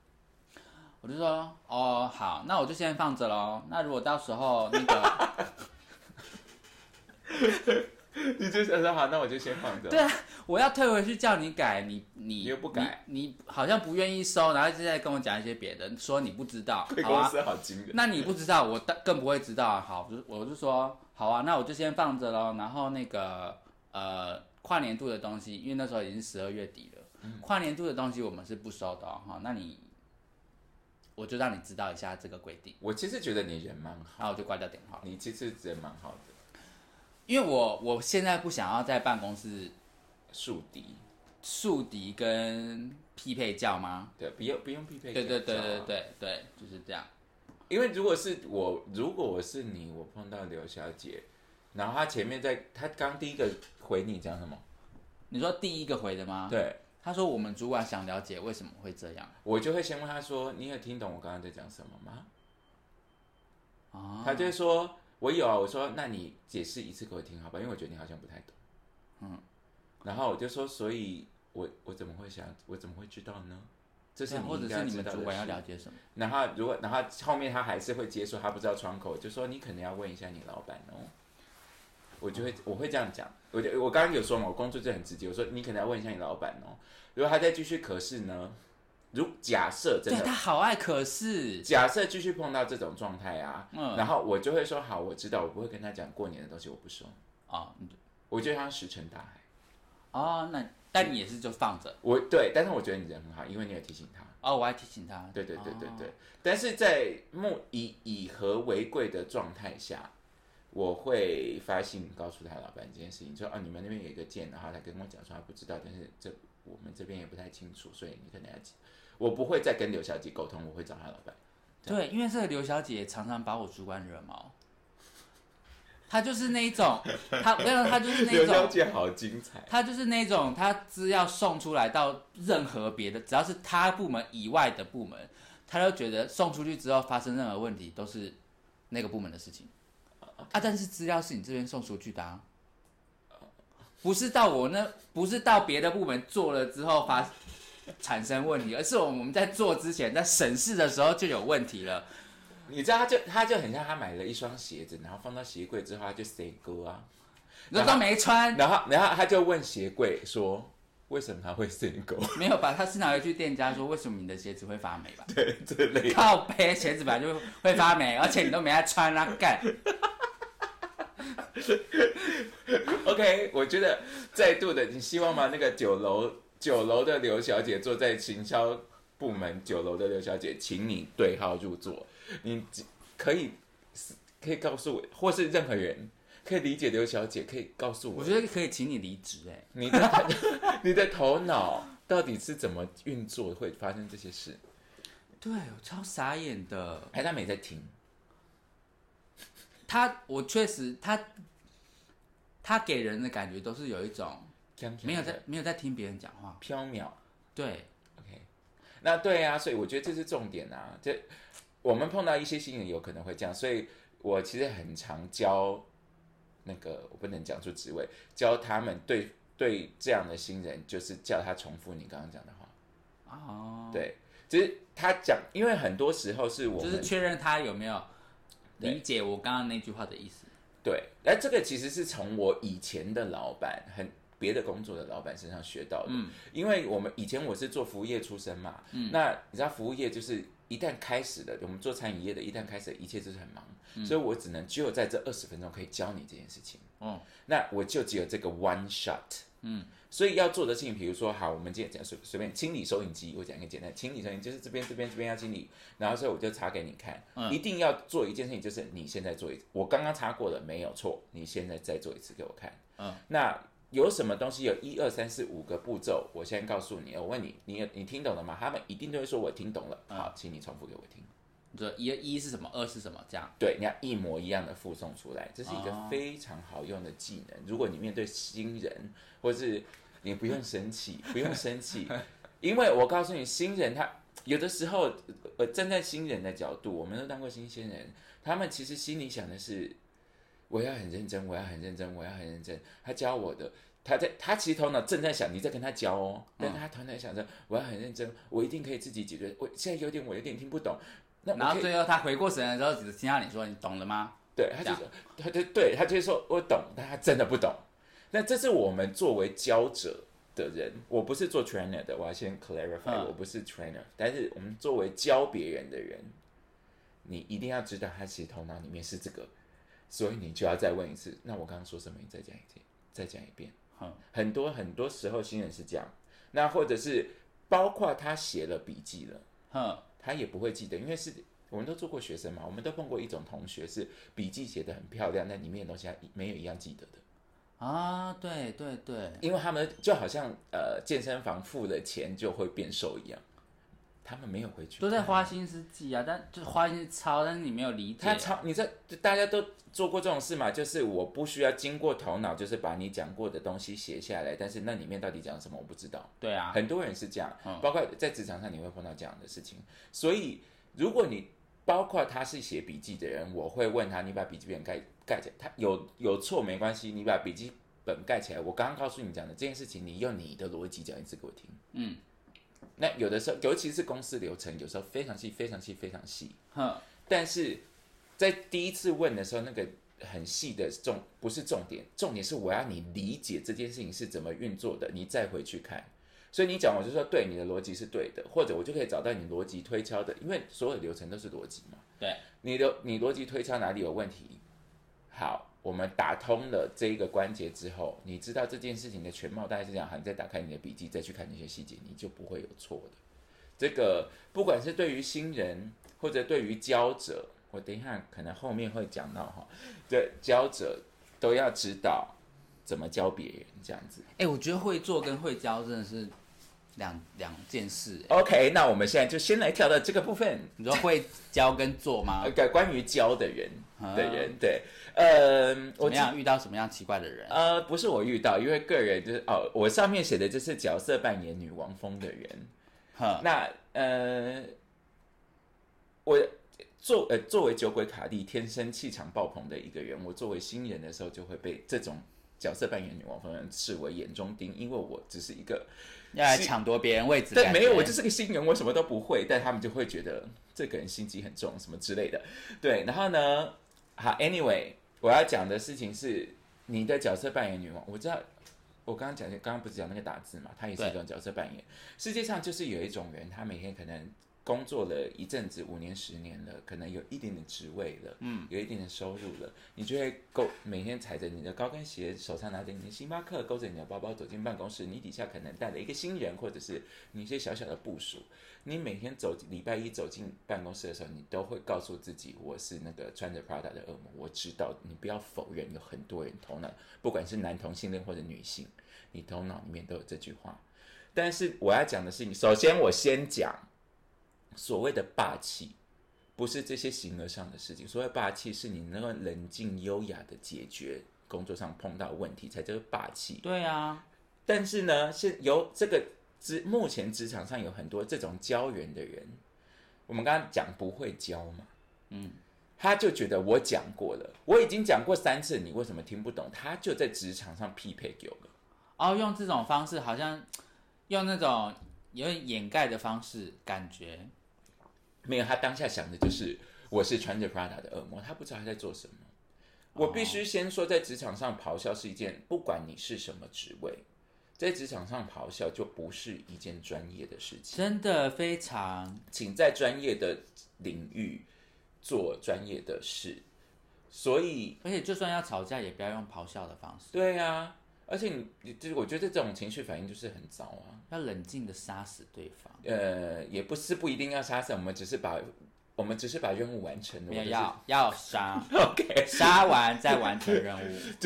[SPEAKER 3] 好，那我就先放着咯。那如果到时候那个
[SPEAKER 2] 你就想说好，那我就先放着。
[SPEAKER 3] 对啊，我要退回去叫你改，
[SPEAKER 2] 你又不改，
[SPEAKER 3] 你好像不愿意收，然后就在跟我讲一些别的，说你不知道。
[SPEAKER 2] 贵公司好惊人。
[SPEAKER 3] 那你不知道，我更不会知道。好，我就说好啊，那我就先放着咯。然后那个跨年度的东西，因为那时候已经12月底了，跨年度的东西我们是不收的哈。那我就让你知道一下这个规定。
[SPEAKER 2] 我其实觉得你人蛮好，
[SPEAKER 3] 然后我就挂掉电话。
[SPEAKER 2] 你其实人蛮好的。
[SPEAKER 3] 因为我现在不想要在办公室
[SPEAKER 2] 树敌
[SPEAKER 3] 跟匹配叫吗？
[SPEAKER 2] 对，不用匹配叫。
[SPEAKER 3] 对，就是这样。
[SPEAKER 2] 因为如果我是你，我碰到刘小姐，然后她前面她刚第一个回你讲什么？
[SPEAKER 3] 你说第一个回的吗？
[SPEAKER 2] 对，
[SPEAKER 3] 她说我们主管想了解为什么会这样，
[SPEAKER 2] 我就会先问她说：“你有听懂我刚刚在讲什么吗？”她就会说。我有啊，我说那你解释一次给我听好吧，因为我觉得你好像不太懂。然后我就说，所以我怎么会知道呢？这是你应该知道的事。或者是你们主管要了解什么？然后后面他还是会接受他不知道窗口，就说你可能要问一下你老板哦。我会这样讲，我刚刚有说嘛，我工作就很直接，我说你可能要问一下你老板哦。如果他再继续可是呢？假设真的，
[SPEAKER 3] 对他好爱可是，
[SPEAKER 2] 假设继续碰到这种状态啊，然后我就会说好，我知道，我不会跟他讲过年的东西我不收我觉得他石沉大海。
[SPEAKER 3] 但你也是就放着。
[SPEAKER 2] 对，但是我觉得你人很好，因为你有提醒他。
[SPEAKER 3] 我还提醒他。
[SPEAKER 2] 对，但是在以和为贵的状态下，我会发信告诉他老板这件事情，说你们那边有一个件，然后他跟我讲说他不知道，但是我们这边也不太清楚，所以你可能要。我不会再跟刘小姐沟通，我会找她老板。
[SPEAKER 3] 对，因为这个刘小姐常常把我主管惹毛。她就是那一种，她就是那种。
[SPEAKER 2] 刘小姐好精彩。
[SPEAKER 3] 她就是那种，她资料送出来到任何别的，只要是她部门以外的部门，她都觉得送出去之后发生任何问题都是那个部门的事情。但是资料是你这边送出去的不是到别的部门做了之后产生问题，而是我们在做之前，在审视的时候就有问题了。
[SPEAKER 2] 你知道他就很像他买了一双鞋子，然后放到鞋柜之后他就塞歌啊，
[SPEAKER 3] 那都没穿，
[SPEAKER 2] 然后他就问鞋柜说为什么他会塞歌？
[SPEAKER 3] 没有吧？他是拿回去店家说为什么你的鞋子会发霉吧？
[SPEAKER 2] 对，这类的
[SPEAKER 3] 靠背鞋子本来就会发霉，而且你都没在穿啊，干。
[SPEAKER 2] OK， 我觉得再度的，你希望吗？那个九楼的刘小姐坐在行销部门9楼的刘小姐，请你对号入座。你可以告诉我，或是任何人可以理解刘小姐，可以告诉我。
[SPEAKER 3] 我觉得可以请你离职
[SPEAKER 2] 你的头脑到底是怎么运作，会发生这些事？
[SPEAKER 3] 对，我超傻眼的。
[SPEAKER 2] 他没在听。
[SPEAKER 3] 我确实他给人的感觉都是有一种没有在听别人讲话，
[SPEAKER 2] 缥缈。
[SPEAKER 3] 对，
[SPEAKER 2] OK， 那对啊，所以我觉得这是重点啊。这我们碰到一些新人有可能会这样，所以我其实很常教那个，我不能讲出职位，教他们对这样的新人，就是叫他重复你刚刚讲的话。
[SPEAKER 3] 哦，
[SPEAKER 2] 对，就是他讲，因为很多时候是我们
[SPEAKER 3] 就是确认他有没有理解我刚刚那句话的意思。
[SPEAKER 2] 对，那这个其实是从我以前的老板别的工作的老板身上学到的。因为以前我是做服务业出身嘛，那你知道服务业就是一旦开始了，我们做餐饮业的，一旦开始了，一切就是很忙，所以我只有在这20分钟可以教你这件事情。那我就只有这个 one shot。所以要做的事情，比如说，好，我们今天讲随便清理收银机，我讲一个简单，清理收银机就是这边要清理，然后所以我就擦给你看，一定要做一件事情，就是你现在做一次，我刚刚擦过了没有错，你现在再做一次给我看。那有什么东西有1、2、3、4、5个步骤，我现在告诉你，我问你，你听懂了吗？他们一定都会说我听懂了。好，请你重复给我听。
[SPEAKER 3] 你说一是什么，2是什么，这样。
[SPEAKER 2] 对，你要一模一样的附送出来，这是一个非常好用的技能。如果你面对新人，或是你不用生气，不用生气，因为我告诉你，新人他有的时候，站在新人的角度，我们都当过新鲜人，他们其实心里想的是，我要很认真，我要很认真，我要很认真。他教我的，他其实头脑正在想你在跟他教哦，但他头脑想着我要很认真，我一定可以自己解决。我现在我有点听不懂。
[SPEAKER 3] 然后最后他回过神来之后，只听到你说你懂了吗？
[SPEAKER 2] 对，他就会说我懂，但他真的不懂。那这是我们作为教者的人，我不是做 trainer 的，我要先 clarify，我不是 trainer，但是我们作为教别人的人，你一定要知道他其实头脑里面是这个，所以你就要再问一次。那我刚刚说什么？你再讲一次，再讲一遍。很多时候新人是这样，那或者是包括他写了笔记了，他也不会记得，因为我们都做过学生嘛，我们都碰过一种同学是笔记写得很漂亮，但里面的东西他没有一样记得的。
[SPEAKER 3] 啊，对对对，
[SPEAKER 2] 因为他们就好像健身房付了钱就会变瘦一样，他们没有回去，
[SPEAKER 3] 都在花心思记啊，但就是花心思抄，但是你没有理解。
[SPEAKER 2] 他抄，大家都做过这种事嘛，就是我不需要经过头脑，就是把你讲过的东西写下来，但是那里面到底讲什么我不知道。
[SPEAKER 3] 对啊，
[SPEAKER 2] 很多人是这样，包括在职场上你会碰到这样的事情，所以如果你包括他是写笔记的人，我会问他，你把笔记本盖起来，他有错没关系，你把笔记本盖起来。我刚刚告诉你讲的这件事情，你用你的逻辑讲一次给我听。那有的时候，尤其是公司流程，有时候非常细，非常细，非常细。但是在第一次问的时候，那个很细的不是重点，重点是我要你理解这件事情是怎么运作的，你再回去看。所以你讲，我就说对，你的逻辑是对的，或者我就可以找到你逻辑推敲的，因为所有的流程都是逻辑嘛。
[SPEAKER 3] 对，
[SPEAKER 2] 你逻辑推敲哪里有问题？好，我们打通了这一个关节之后，你知道这件事情的全貌大概是这样。好，你再打开你的笔记，再去看那些细节，你就不会有错的。这个不管是对于新人，或者对于教者，我等一下可能后面会讲到哈，对教者都要知道怎么教别人这样子。
[SPEAKER 3] 我觉得会做跟会教真的是两件事。
[SPEAKER 2] OK， 那我们现在就先来跳到这个部分。
[SPEAKER 3] 你说会教跟做吗？
[SPEAKER 2] 关于教的人，对，
[SPEAKER 3] 怎么样遇到什么样奇怪的人？
[SPEAKER 2] 不是我遇到，因为个人就是我上面写的就是角色扮演女王风的人。那我作为酒鬼卡莉，天生气场爆棚的一个人，我作为新人的时候就会被这种角色扮演女王风的人视为眼中钉，因为我只是一个
[SPEAKER 3] 要来抢夺别人位置，
[SPEAKER 2] 对，没有，我就是个新人，我什么都不会，但他们就会觉得这个人心机很重，什么之类的。对，然后呢，好 ，anyway， 我要讲的事情是你的角色扮演女王，我知道。我刚刚不是讲那个打字嘛，它也是一种角色扮演。世界上就是有一种人，他每天可能工作了一阵子，5年、10年了，可能有一点点职位了，有一点点收入了，你就会每天踩着你的高跟鞋，手上拿着你的星巴克，勾着你的包包走进办公室，你底下可能带了一个新人，或者是你一些小小的部属。你每天礼拜一走进办公室的时候，你都会告诉自己，我是那个穿着 Prada 的恶魔。我知道，你不要否认，有很多人头脑，不管是男同性恋或者女性，你头脑里面都有这句话。但是我要讲的是，首先我先讲所谓的霸气，不是这些形而上的事情。所谓霸气，是你能够冷静优雅的解决工作上碰到的问题，才叫做霸气。
[SPEAKER 3] 对啊。
[SPEAKER 2] 但是呢，是由目前职场上有很多这种教人的人，我们刚刚讲不会教嘛，他就觉得我讲过了，我已经讲过3次，你为什么听不懂？他就在职场上匹配给我了。
[SPEAKER 3] 哦，用这种方式，好像用那种有点掩盖的方式，感觉
[SPEAKER 2] 没有，他当下想的就是我是穿着 Prada 的恶魔，他不知道他在做什么。我必须先说，在职场上咆哮是一件，不管你是什么职位，在职场上咆哮就不是一件专业的事情。
[SPEAKER 3] 真的非常，
[SPEAKER 2] 请在专业的领域做专业的事。所以，
[SPEAKER 3] 而且就算要吵架，也不要用咆哮的方式。
[SPEAKER 2] 对啊，而且就是我觉得这种情绪反应就是很糟啊。
[SPEAKER 3] 要冷静的杀死对方。
[SPEAKER 2] 也不一定要杀死，我们只是把任务完成了。
[SPEAKER 3] 没有要杀
[SPEAKER 2] ，OK，
[SPEAKER 3] 杀完再完成任务。
[SPEAKER 2] 就是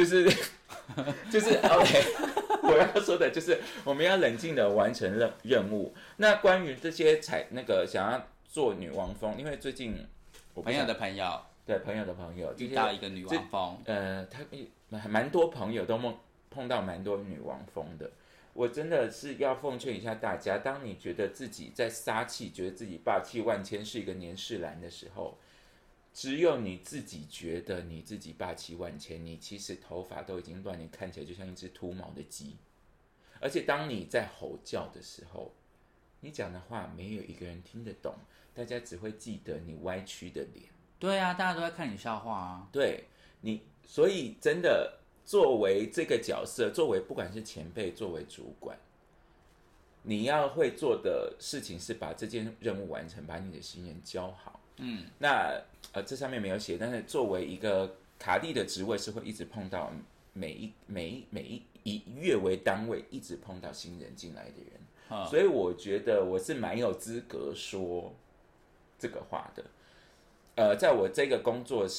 [SPEAKER 2] OK， 我要说的就是我们要冷静的完成任务。那关于这些想要做女王风，因为最近
[SPEAKER 3] 朋友的朋友，
[SPEAKER 2] 对朋友的朋友
[SPEAKER 3] 遇到一个女王风，
[SPEAKER 2] 他蛮多朋友都碰到蛮多女王风的。我真的是要奉劝一下大家，当你觉得自己在撒气，觉得自己霸气万千是一个年世兰的时候，只有你自己觉得你自己霸气万千，你其实头发都已经乱，你看起来就像一只秃毛的鸡。而且当你在吼叫的时候，你讲的话没有一个人听得懂，大家只会记得你歪曲的脸。
[SPEAKER 3] 对啊，大家都在看你笑话啊。
[SPEAKER 2] 对你，所以真的作为这个角色，作为不管是前辈，作为主管，你要会做的事情是把这件任务完成，把你的新人教好。那这上面没有写，但是作为一个卡地的职位，是会一直碰到每一月为单位，一直碰到新人进来的人。所以我觉得我是蛮有资格说这个话的。在我这个工作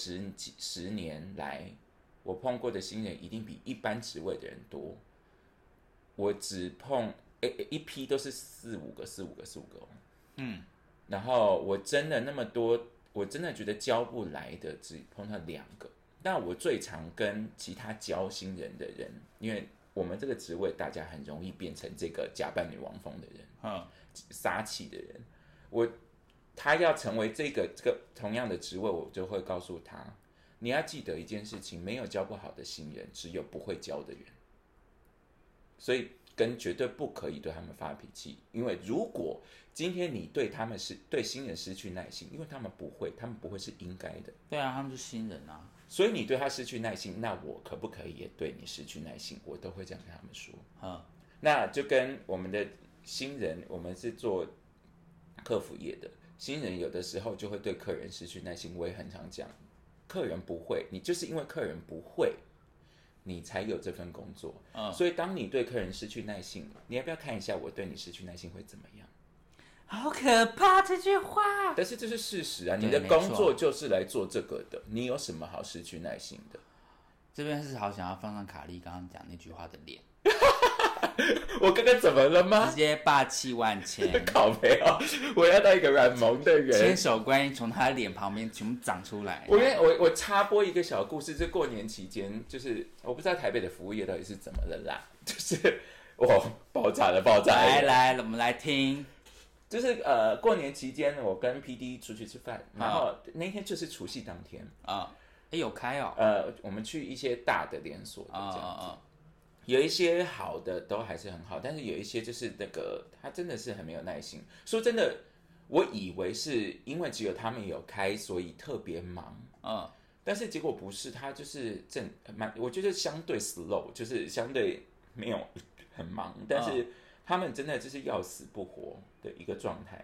[SPEAKER 2] 10年来，我碰过的新人一定比一般职位的人多。我只碰一批都是4、5个。然后我真的那么多，我真的觉得教不来的只碰到2个。但我最常跟其他教新人的人，因为我们这个职位，大家很容易变成这个假扮女王风的人，撒气的人。他要成为这个同样的职位，我就会告诉他，你要记得一件事情，没有教不好的新人，只有不会教的人。所以绝对不可以对他们发脾气，因为如果今天你对新人失去耐心，因为他们不会是应该的。
[SPEAKER 3] 对啊，他们是新人啊。
[SPEAKER 2] 所以你对他失去耐心，那我可不可以也对你失去耐心？我都会这样跟他们说。那就跟我们的新人，我们是做客服业的。新人有的时候就会对客人失去耐心，我也很常讲，客人不会，你就是因为客人不会，你才有这份工作。所以当你对客人失去耐心，你要不要看一下我对你失去耐心会怎么样？
[SPEAKER 3] 好可怕这句话！
[SPEAKER 2] 但是这是事实啊，你的工作就是来做这个的，你有什么好失去耐心的？
[SPEAKER 3] 这边是好想要放上卡莉刚刚讲那句话的脸。
[SPEAKER 2] 我刚刚怎么了吗？
[SPEAKER 3] 直接霸气万千，
[SPEAKER 2] 靠北哦！我要到一个软萌的人，
[SPEAKER 3] 千手观音从他的脸旁边全部长出来。
[SPEAKER 2] 我插播一个小故事，这过年期间，就是我不知道台北的服务业到底是怎么了啦，就是爆炸了！
[SPEAKER 3] 来，我们来听。
[SPEAKER 2] 就是过年期间，我跟 PD 出去吃饭，然后那天就是除夕当天
[SPEAKER 3] 有开哦。
[SPEAKER 2] 我们去一些大的连锁的这样子。有一些好的都还是很好，但是有一些就是他真的是很没有耐心。说真的，我以为是因为只有他们有开，所以特别忙。但是结果不是，他就是我觉得相对 slow， 就是相对没有很忙，但是他们真的就是要死不活的一个状态。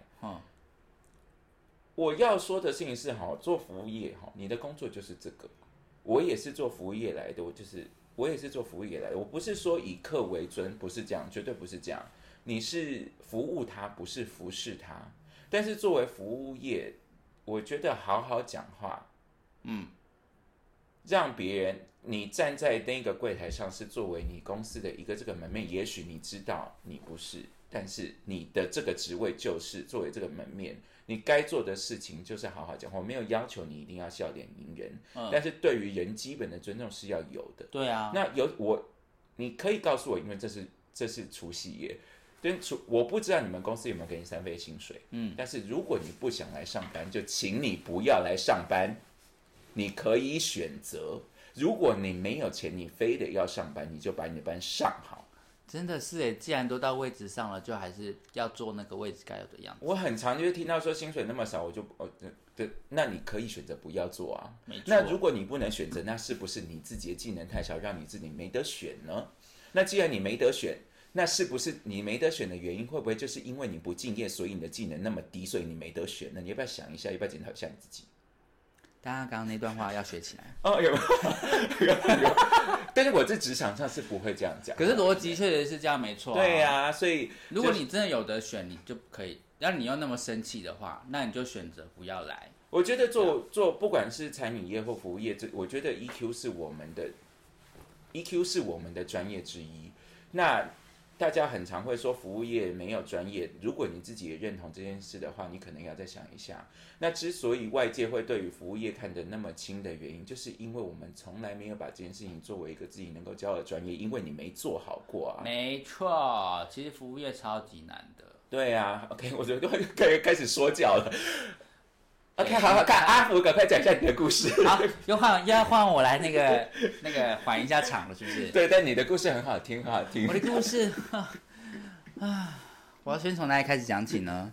[SPEAKER 2] 我要说的事情是，做服务业，你的工作就是这个。我也是做服务业来的，我也是做服务业来的，我不是说以客为尊，不是这样，绝对不是这样。你是服务他，不是服侍他。但是作为服务业，我觉得好好讲话，让别人你站在那个柜台上是作为你公司的一个这个门面，也许你知道你不是，但是你的这个职位就是作为这个门面。你该做的事情就是好好讲话，我没有要求你一定要笑脸迎人，但是对于人基本的尊重是要有的。
[SPEAKER 3] 对啊，
[SPEAKER 2] 那你可以告诉我，因为这是除夕夜， 我不知道你们公司有没有给你3倍薪水，但是如果你不想来上班，就请你不要来上班。你可以选择，如果你没有钱，你非得要上班，你就把你的班上好。
[SPEAKER 3] 真的是既然都到位置上了，就还是要做那个位置该有的样子。
[SPEAKER 2] 我很常就会听到说薪水那么少，那你可以选择不要做啊。
[SPEAKER 3] 没错。
[SPEAKER 2] 那如果你不能选择，那是不是你自己的技能太少，让你自己没得选呢？那既然你没得选，那是不是你没得选的原因，会不会就是因为你不敬业，所以你的技能那么低，所以你没得选呢？你要不要想一下，要不要检讨一下你自己？
[SPEAKER 3] 大家刚刚那段话要学起来
[SPEAKER 2] 哦，有，但是我在职场上是不会这样讲。
[SPEAKER 3] 可是逻辑确实是这样，没错、啊。
[SPEAKER 2] 对啊，所以
[SPEAKER 3] 如果你真的有得选，你就可以。要你又那么生气的话，那你就选择不要来。
[SPEAKER 2] 我觉得做不管是餐饮业或服务业，我觉得 EQ 是我们的专业之一。那大家很常会说服务业没有专业，如果你自己也认同这件事的话，你可能要再想一下。那之所以外界会对于服务业看得那么轻的原因，就是因为我们从来没有把这件事情作为一个自己能够教的专业，因为你没做好过啊。
[SPEAKER 3] 没错，其实服务业超级难的。
[SPEAKER 2] 对啊 ，OK， 我觉得开始说教了。OK， 好，看阿福，赶快讲一下你的故事。
[SPEAKER 3] 好，又要换我来那个缓一下场了，是不是？
[SPEAKER 2] 对，但你的故事很好听，很好听。
[SPEAKER 3] 我的故事我要先从哪里开始讲起呢？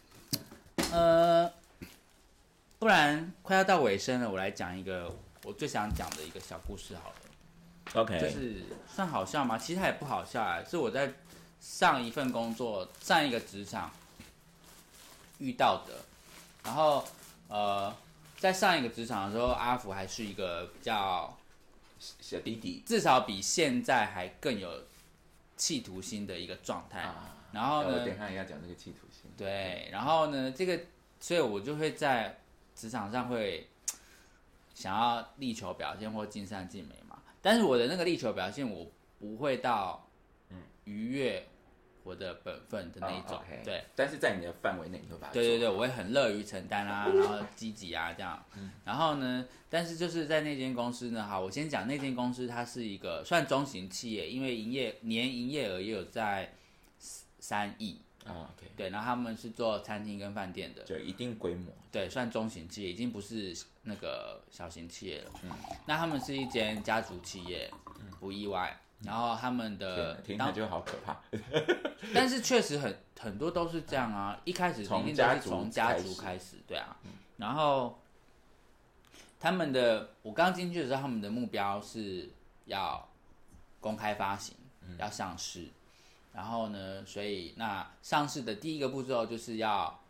[SPEAKER 3] 不然快要到尾声了，我来讲一个我最想讲的一个小故事好了。
[SPEAKER 2] OK，
[SPEAKER 3] 就是算好笑吗？其实它也不好笑啊，是我在上一份工作、上一个职场遇到的。然后在上一个职场的时候，阿福还是一个比较
[SPEAKER 2] 小弟弟，
[SPEAKER 3] 至少比现在还更有企图心的一个状态。然后呢，
[SPEAKER 2] 我等一下也要讲这个企图心。
[SPEAKER 3] 对，然后呢，所以我就会在职场上会想要力求表现或尽善尽美嘛。但是我的那个力求表现，我不会到逾越我的本分的那一种。
[SPEAKER 2] okay，
[SPEAKER 3] 对。
[SPEAKER 2] 但是在你的范围内，你会把它做。
[SPEAKER 3] 对，我会很乐于承担啊，然后积极啊这样。然后呢，但是就是在那间公司呢，好，我先讲那间公司，它是一个算中型企业，因为年营业额也有在3亿。
[SPEAKER 2] OK。
[SPEAKER 3] 对，然后他们是做餐厅跟饭店的，
[SPEAKER 2] 就一定规模。
[SPEAKER 3] 对，算中型企业，已经不是那个小型企业了。那他们是一间家族企业，不意外。然后他们的
[SPEAKER 2] 听起来就好可怕。
[SPEAKER 3] 但是确实很多都是这样啊，一开始一定都是从家族开始，对啊。然后他们的，我刚进去的时候，他们的目标是要公开发行，要上市。然后呢，所以那上市的第一个步骤就是要，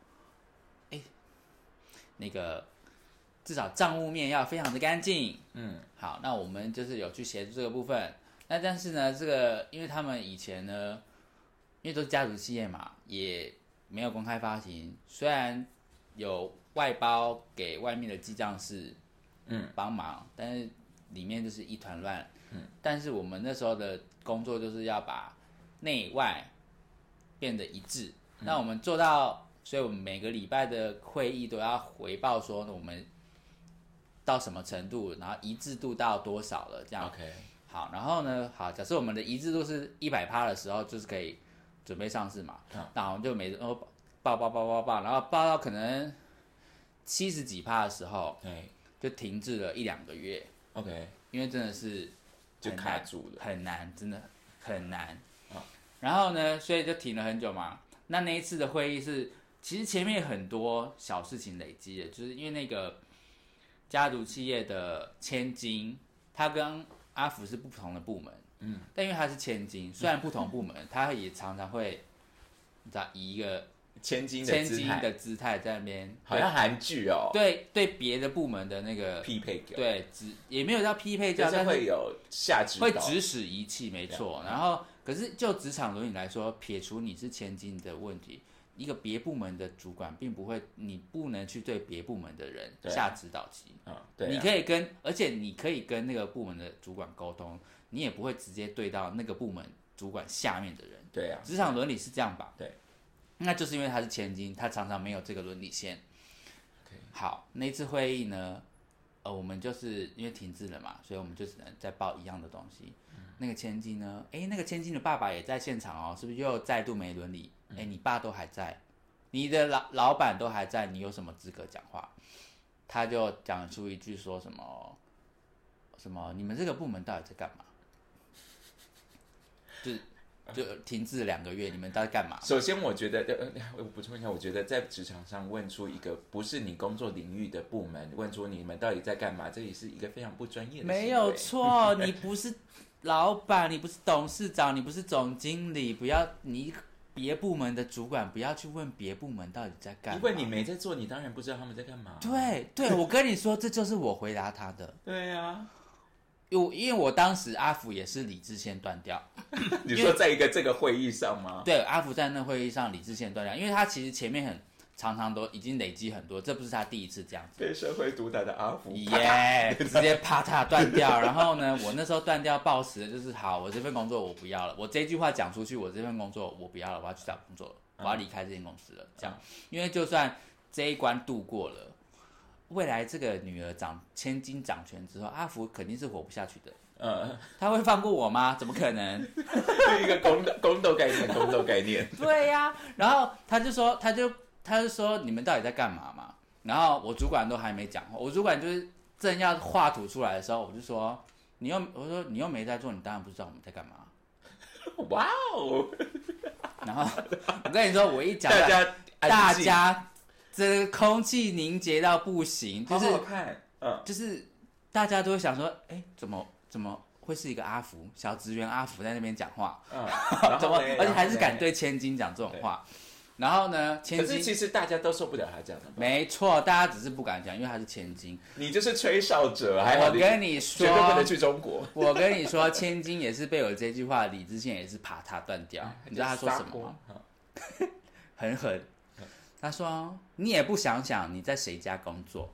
[SPEAKER 3] 那个至少账务面要非常的干净。好，那我们就是有去协助这个部分。那但是呢，这个因为他们以前呢，因为都是家族企业嘛，也没有公开发行，虽然有外包给外面的记账室帮忙，但是里面就是一团乱。但是我们那时候的工作就是要把内外变得一致。那我们做到，所以我们每个礼拜的会议都要回报说我们到什么程度，然后一致度到多少了，这样。
[SPEAKER 2] OK。
[SPEAKER 3] 好，然后呢，好，假设我们的一致度是100%的时候，就是可以准备上市嘛。那我们就每周报，然后报到可能70几%的时候，就停滞了1-2个月。
[SPEAKER 2] OK。
[SPEAKER 3] 因为真的是
[SPEAKER 2] 就卡住了，
[SPEAKER 3] 很难，真的很难。然后呢，所以就停了很久嘛。那一次的会议是，其实前面很多小事情累积的，就是因为那个家族企业的千金，他跟阿福是不同的部门，但因为他是千金，虽然不同部门，他也常常会，你知道以一个
[SPEAKER 2] 千金
[SPEAKER 3] 的姿态在那边，
[SPEAKER 2] 好像韩剧哦。
[SPEAKER 3] 对别的部门的那个
[SPEAKER 2] 匹配，
[SPEAKER 3] 对，也没有叫匹配，
[SPEAKER 2] 但是会有下指导，
[SPEAKER 3] 会指使一气，没错。然后，可是就职场伦理来说，撇除你是千金的问题，一个别部门的主管并不会，你不能去对别部门的人下指导棋。
[SPEAKER 2] 对，
[SPEAKER 3] 你可以而且你可以跟那个部门的主管沟通，你也不会直接对到那个部门主管下面的人。
[SPEAKER 2] 对啊，
[SPEAKER 3] 职场伦理是这样吧？
[SPEAKER 2] 对。
[SPEAKER 3] 那就是因为他是千金，他常常没有这个伦理线。好，那次会议呢， 我们就是因为停滞了嘛，所以我们就只能再报一样的东西。那个千金呢？那个千金的爸爸也在现场哦，是不是又再度没伦理？你爸都还在，你的老板都还在，你有什么资格讲话？他就讲出一句说什么你们这个部门到底在干嘛？就停滞2个月，你们到底干嘛？
[SPEAKER 2] 首先，我觉得，我补充一下，我觉得在职场上问出一个不是你工作领域的部门，问出你们到底在干嘛，这也是一个非常不专业的行为。
[SPEAKER 3] 没有错，你不是老板，你不是董事长，你不是总经理，不要你别部门的主管不要去问别部门到底在干嘛，
[SPEAKER 2] 因为你没在做，你当然不知道他们在干嘛。
[SPEAKER 3] 对，我跟你说，这就是我回答他的。
[SPEAKER 2] 对啊。
[SPEAKER 3] 因为我当时阿福也是理智线断掉。
[SPEAKER 2] 你说在这个会议上吗？
[SPEAKER 3] 对，阿福在那会议上理智线断掉，因为他其实前面常常都已经累积很多，这不是他第一次这样子。
[SPEAKER 2] 被社会毒打的阿福，
[SPEAKER 3] 直接啪嗒断掉。然后呢，我那时候断掉暴食的就是好，我这份工作我不要了，我这句话讲出去，我这份工作我不要了，我要去找工作了，我要离开这间公司了。这样，因为就算这一关度过了。未来这个女儿千金掌权之后，阿福肯定是活不下去的。他会放过我吗？怎么可能？
[SPEAKER 2] 是一个宫斗概念。
[SPEAKER 3] 对呀，然后他就说你们到底在干嘛嘛？然后我主管都还没讲话，我主管就是正要画图出来的时候，我就说我说你又没在做，你当然不知道我们在干嘛。
[SPEAKER 2] 哇哦！
[SPEAKER 3] 然后我跟你说，我一讲大家。这个空气凝结到不行，就是
[SPEAKER 2] 好好看，
[SPEAKER 3] 就是大家都会想说，怎么会是一个阿福小职员阿福在那边讲话？而且还是敢对千金讲这种话。然后呢，千金
[SPEAKER 2] 可是其实大家都受不了他这样的。
[SPEAKER 3] 没错，大家只是不敢讲，因为他是千金。
[SPEAKER 2] 你就是吹哨者，还好
[SPEAKER 3] 我跟你说，
[SPEAKER 2] 绝对不能去中国。
[SPEAKER 3] 我跟你说，千金也是被我这句话理智线也是啪嗒断掉。你知道他说什么吗？很狠。他说：“你也不想想你在谁家工作。”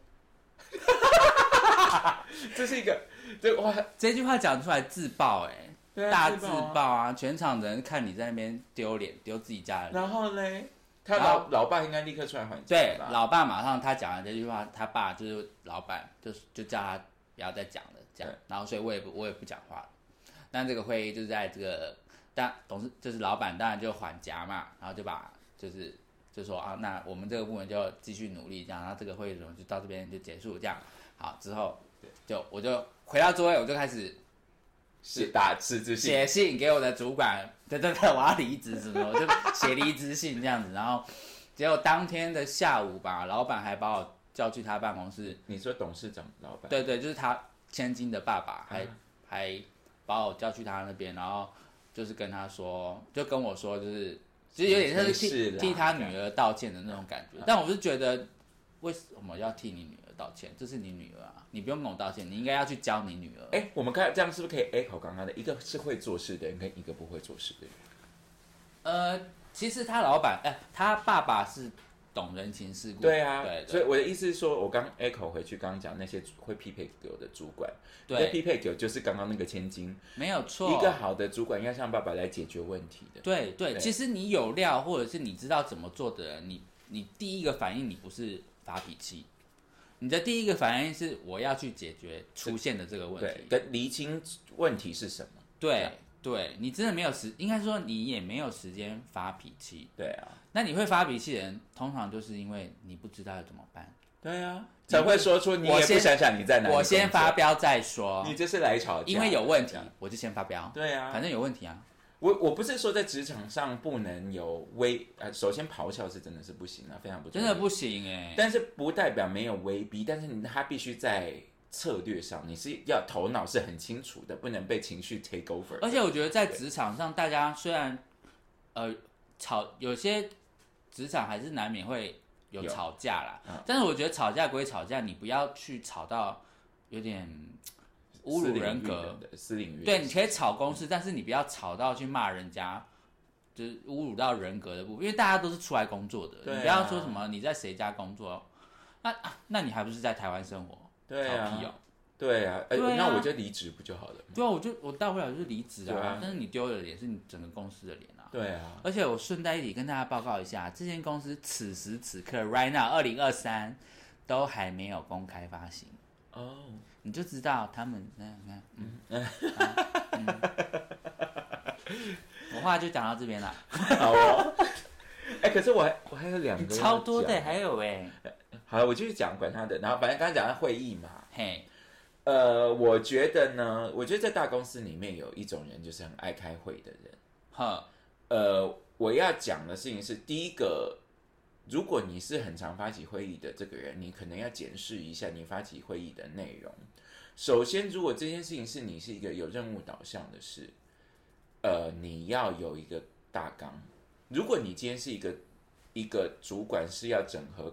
[SPEAKER 2] 这是一个
[SPEAKER 3] 这句话讲出来自爆大自爆啊！
[SPEAKER 2] 自
[SPEAKER 3] 全场人看你在那边丢脸丢自己家人。
[SPEAKER 2] 然后嘞，他老爸应该立刻出来还击。
[SPEAKER 3] 对，老爸马上他讲完这句话，他爸就是老板就叫他不要再讲了，这样。然后所以我也不讲话了。但这个会议就是在这个，就是老板当然就缓颊嘛，然后就说啊，那我们这个部门就继续努力，这样，然后这个会议就到这边就结束，这样。好，之后我就回到座位，我就开始写信给我的主管，对，我要离职什么，我就写离职信这样子。然后结果当天的下午吧，老板还把我叫去他办公室。
[SPEAKER 2] 你说董事长老板？
[SPEAKER 3] 对，就是他千金的爸爸，还把我叫去他那边，然后就是跟他说，就跟我说，就是有点像是替他女儿道歉的那种感觉。但我是觉得，为什么要替你女儿道歉？这是你女儿啊，你不用跟我道歉，你应该要去教你女儿。
[SPEAKER 2] 我们看这样是不是可以 echo 刚刚的，一个是会做事的人跟一个不会做事的
[SPEAKER 3] 人？其实他老板，他爸爸是懂人情世故。
[SPEAKER 2] 对啊，
[SPEAKER 3] 对，
[SPEAKER 2] 所以我的意思是说，我刚 echo 回去刚刚讲那些会匹配给我的主管，
[SPEAKER 3] 对，
[SPEAKER 2] 匹配给我就是刚刚那个千金，
[SPEAKER 3] 没有错。
[SPEAKER 2] 一个好的主管要向爸爸来解决问题的。
[SPEAKER 3] 对，其实你有料，或者是你知道怎么做的人，你第一个反应你不是发脾气，你的第一个反应是我要去解决出现的这个问题，
[SPEAKER 2] 跟厘清问题是什么。
[SPEAKER 3] 对，你真的没有应该说你也没有时间发脾气。
[SPEAKER 2] 对啊，
[SPEAKER 3] 那你会发脾气的人，通常就是因为你不知道要怎么办。
[SPEAKER 2] 对啊，才会说出你也不想想你在哪里。
[SPEAKER 3] 我先发飙再说。
[SPEAKER 2] 你这是来吵架，
[SPEAKER 3] 因为有问题，我就先发飙。
[SPEAKER 2] 对啊，
[SPEAKER 3] 反正有问题啊。
[SPEAKER 2] 我不是说在职场上不能有首先咆哮是真的是不行啊，非常不
[SPEAKER 3] 真的不行
[SPEAKER 2] 但是不代表没有威逼，但是他必须在策略上，你是要头脑是很清楚的，不能被情绪 take over。
[SPEAKER 3] 而且我觉得在职场上，大家虽然有些职场还是难免会有吵架啦，但是我觉得吵架归吵架，你不要去吵到有点侮辱人格、
[SPEAKER 2] 私领域。
[SPEAKER 3] 对，你可以吵公事，但是你不要吵到去骂人家，就是侮辱到人格的部分，因为大家都是出来工作的，你不要说什么你在谁家工作，那你还不是在台湾生活？
[SPEAKER 2] 对啊，
[SPEAKER 3] 对啊，
[SPEAKER 2] 那我就离职不就好了吗？
[SPEAKER 3] 对啊，我大不了就是离职啊，但是你丢的脸是你整个公司的脸啊。
[SPEAKER 2] 对啊，
[SPEAKER 3] 而且我顺带一提跟大家报告一下，这间公司此时此刻 right now 2023都还没有公开发行。
[SPEAKER 2] 哦，
[SPEAKER 3] 你就知道他们那看，我话就讲到这边了。
[SPEAKER 2] 好哦。可是我还有2个
[SPEAKER 3] 超多的，还有
[SPEAKER 2] 好了，我继续讲管他的。然后反正刚才讲到会议嘛，
[SPEAKER 3] 嘿，
[SPEAKER 2] 我觉得呢，我觉得在大公司里面有一种人就是很爱开会的人。我要讲的事情是，第一个，如果你是很常发起会议的这个人，你可能要检视一下你发起会议的内容。首先，如果这件事情是你是一个有任务导向的事，你要有一个大纲。如果你今天是一个主管，是要整合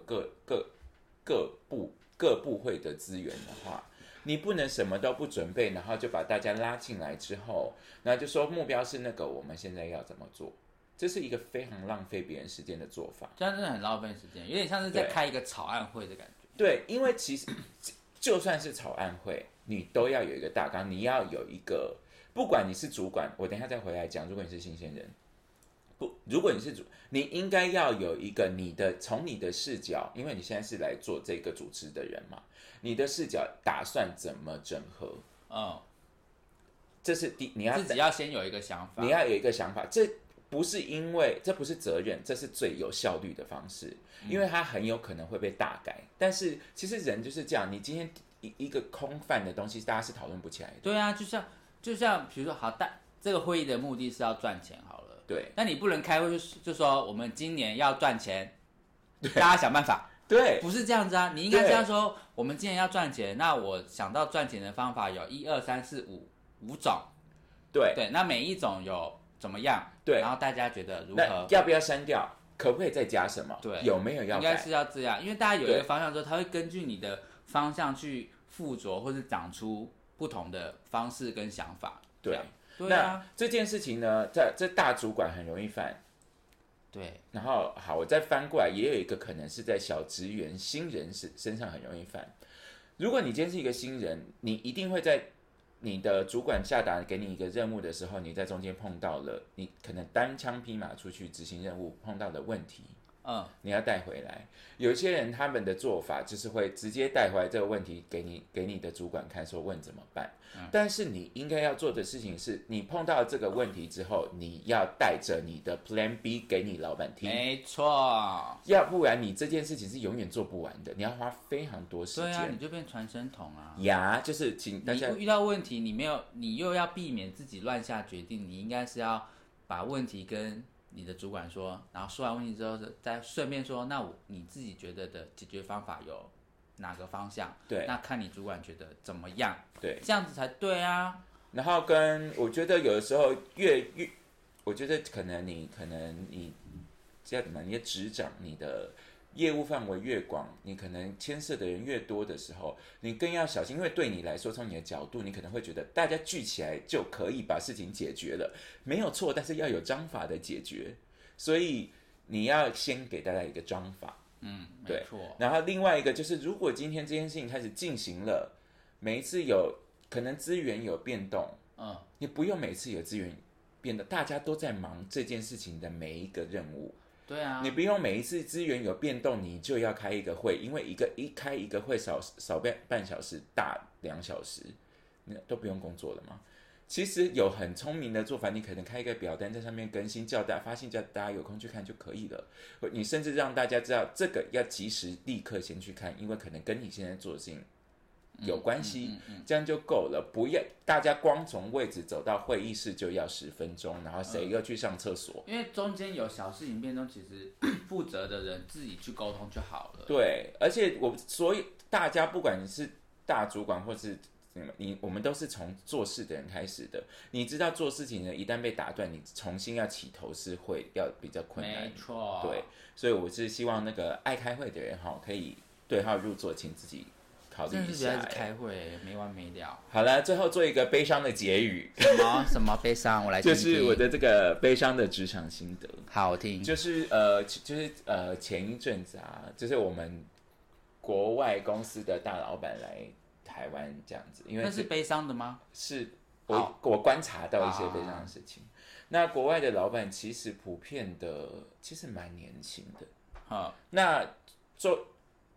[SPEAKER 2] 各部会的资源的话，你不能什么都不准备，然后就把大家拉进来之后，然后就说目标是那个，我们现在要怎么做？这是一个非常浪费别人时间的做法。
[SPEAKER 3] 这样真的很浪费时间，有点像是在开一个草案会的感觉。
[SPEAKER 2] 对，因为其实就算是草案会，你都要有一个大纲，你要有一个，不管你是主管，我等一下再回来讲。如果你是新鲜人，如果你是你应该要有一个从你的视角，因为你现在是来做这个主持的人嘛，你的视角打算怎么整合？这是你要
[SPEAKER 3] 自己要先有一个想法，
[SPEAKER 2] 你要有一个想法，这不是责任，这是最有效率的方式，因为它很有可能会被大改。但是其实人就是这样，你今天一个空泛的东西，大家是讨论不起来的。
[SPEAKER 3] 对啊，就像比如说，好，这个会议的目的是要赚钱，好了。
[SPEAKER 2] 对，
[SPEAKER 3] 那你不能开会就说我们今年要赚钱，大家想办法。
[SPEAKER 2] 对，
[SPEAKER 3] 不是这样子啊，你应该这样说，我们今年要赚钱，那我想到赚钱的方法有1、2、3、4、5种。对，那每一种有怎么样？
[SPEAKER 2] 对，
[SPEAKER 3] 然后大家觉得如
[SPEAKER 2] 那
[SPEAKER 3] 何？
[SPEAKER 2] 要不要删掉？可不可以再加什么？
[SPEAKER 3] 对，
[SPEAKER 2] 有没有要改？
[SPEAKER 3] 应该是要这样，因为大家有一个方向之后，他会根据你的方向去附着或是长出不同的方式跟想法。
[SPEAKER 2] 对。
[SPEAKER 3] 对啊，
[SPEAKER 2] 那这件事情呢，这大主管很容易犯。
[SPEAKER 3] 对，
[SPEAKER 2] 然后好，我再翻过来，也有一个可能是在小职员、新人身上很容易犯。如果你今天是一个新人，你一定会在你的主管下达给你一个任务的时候，你在中间碰到了，你可能单枪匹马出去执行任务碰到的问题。你要带回来。有一些人他们的做法就是会直接带回来这个问题给你的主管看，说问怎么办。但是你应该要做的事情是，你碰到这个问题之后，你要带着你的 Plan B 给你老板听。
[SPEAKER 3] 没错，
[SPEAKER 2] 要不然你这件事情是永远做不完的，你要花非常多时间。
[SPEAKER 3] 对啊，你就变传声筒啊。
[SPEAKER 2] 就是请大家，
[SPEAKER 3] 你遇到问题，你又要避免自己乱下决定，你应该是要把问题跟你的主管说，然后说完问题之后，再顺便说，那你自己觉得的解决方法有哪个方向？
[SPEAKER 2] 对，
[SPEAKER 3] 那看你主管觉得怎么样？
[SPEAKER 2] 对，
[SPEAKER 3] 这样子才对啊。
[SPEAKER 2] 然后我觉得有的时候我觉得可能你叫什么？你的职掌，你的业务范围越广，你可能牵涉的人越多的时候，你更要小心，因为对你来说，从你的角度，你可能会觉得大家聚起来就可以把事情解决了，没有错，但是要有章法的解决，所以你要先给大家一个章法。
[SPEAKER 3] 没错。
[SPEAKER 2] 然后另外一个就是，如果今天这件事情开始进行了，每一次有可能资源有变动，你不用每次有资源变动，大家都在忙这件事情的每一个任务。
[SPEAKER 3] 对啊，
[SPEAKER 2] 你不用每一次资源有变动，你就要开一个会，因为开一个会少半小时，大2小时，你都不用工作了吗？其实有很聪明的做法，你可能开一个表单在上面更新，发信叫大家有空去看就可以了。你甚至让大家知道这个要及时立刻先去看，因为可能跟你现在做的事情有关系，这样就够了。不要大家光从位置走到会议室就要10分钟，然后谁要去上厕所？
[SPEAKER 3] 因为中间有小事情变动，其实负责的人自己去沟通就好了。
[SPEAKER 2] 对，而且所以大家不管你是大主管或是我们都是从做事的人开始的。你知道做事情呢，一旦被打断，你重新要起头是要比较困难。
[SPEAKER 3] 没错。
[SPEAKER 2] 对，所以我是希望那个爱开会的人可以对号入座，请自己考虑一下。
[SPEAKER 3] 真是开会没完没了。
[SPEAKER 2] 好了，最后做一个悲伤的结语。
[SPEAKER 3] 什么悲伤？我来听听。
[SPEAKER 2] 就是我的这个悲伤的职场心得。
[SPEAKER 3] 好听。
[SPEAKER 2] 就是前一阵子啊，就是我们国外公司的大老板来台湾这样子，因为
[SPEAKER 3] 那是悲伤的吗？
[SPEAKER 2] 是我观察到一些悲伤的事情。那国外的老板其实普遍的其实蛮年轻的。那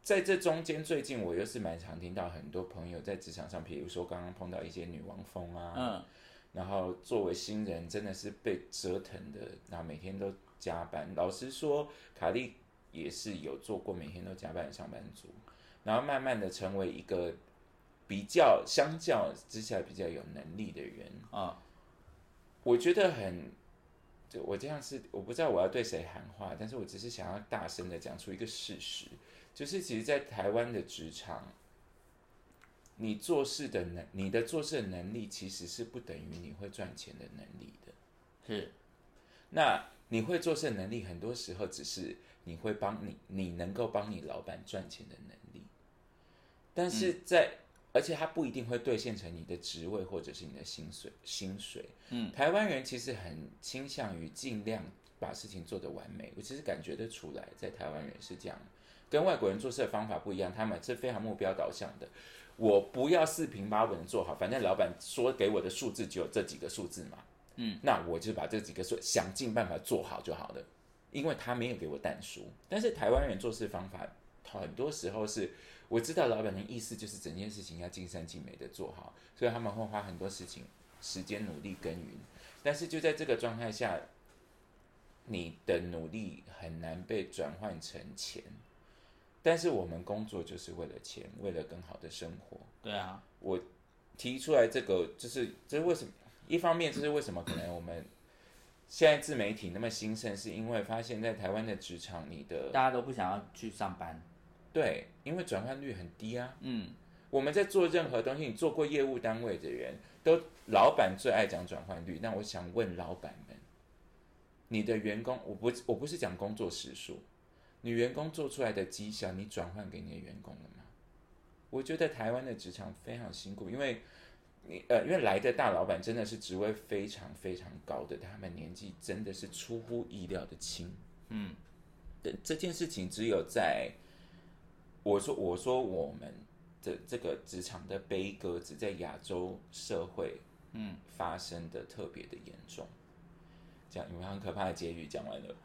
[SPEAKER 2] 在这中间，最近我又是蛮常听到很多朋友在职场上，比如说刚刚碰到一些女王风啊，然后作为新人真的是被折腾的，然后每天都加班。老实说，卡莉也是有做过每天都加班的上班族，然后慢慢的成为一个比较相较之下比较有能力的人啊。我觉得我这样是我不知道我要对谁喊话，但是我只是想要大声的讲出一个事实，就是其实，在台湾的职场，你的做事的能力其实是不等于你会赚钱的能力的。
[SPEAKER 3] 是，
[SPEAKER 2] 那你会做事的能力，很多时候只是你能够帮你老板赚钱的能力，但是而且它不一定会兑现成你的职位或者是你的薪水。台湾人其实很倾向于尽量把事情做得完美，我其实感觉得出来，在台湾人是这样，跟外国人做事的方法不一样，他们是非常目标导向的。我不要四平八稳的做好，反正老板说给我的数字只有这几个数字嘛，那我就把这几个数想尽办法做好就好了，因为他没有给我但书。但是台湾人做事方法很多时候是，我知道老板的意思就是整件事情要尽善尽美的做好，所以他们会花很多时间努力耕耘，但是就在这个状态下，你的努力很难被转换成钱。但是我们工作就是为了钱，为了更好的生活。
[SPEAKER 3] 对啊，
[SPEAKER 2] 我提出来这个，这是为什么？一方面，这是为什么可能我们现在自媒体那么兴盛，是因为发现在台湾的职场，
[SPEAKER 3] 大家都不想要去上班。
[SPEAKER 2] 对，因为转换率很低啊。我们在做任何东西，你做过业务单位的人，老板最爱讲转换率。那我想问老板们，你的员工，我不是讲工作时数。你员工做出来的绩效，你转换给你的员工了吗？我觉得台湾的职场非常辛苦，因为来的大老板真的是职位非常非常高的，他们年纪真的是出乎意料的轻。这件事情只有在我说我们的这个职场的悲歌，只在亚洲社会发生的特别的严重。这样有没有很可怕的结语讲完了？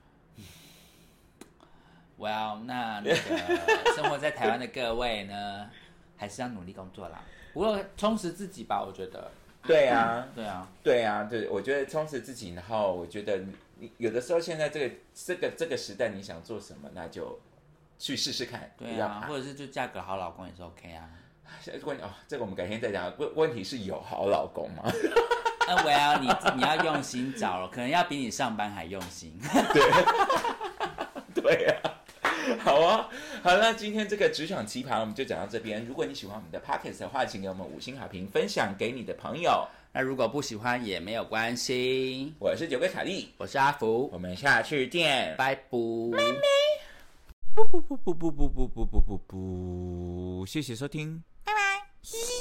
[SPEAKER 3] 那个生活在台湾的各位呢，还是要努力工作啦。不过充实自己吧，我觉得。
[SPEAKER 2] 对啊，
[SPEAKER 3] 对，
[SPEAKER 2] 我觉得充实自己，然后我觉得你有的时候现在这个时代，你想做什么，那就去试试看。
[SPEAKER 3] 对啊，或者是就嫁个好老公也是 OK 啊。
[SPEAKER 2] 这个我们改天再讲。问题是有好老公吗？
[SPEAKER 3] 你要用心找了，可能要比你上班还用心。
[SPEAKER 2] 对啊。好啊，好了，今天这个职场奇葩我们就讲到这边。如果你喜欢我们的 Podcast 的话，请给我们5星好评，分享给你的朋友。
[SPEAKER 3] 那如果不喜欢也没有关系。
[SPEAKER 2] 我是酒鬼卡莉，
[SPEAKER 3] 我是阿福，
[SPEAKER 2] 我们下次见，
[SPEAKER 3] 拜拜。
[SPEAKER 2] 不，谢谢收听，
[SPEAKER 1] 拜拜。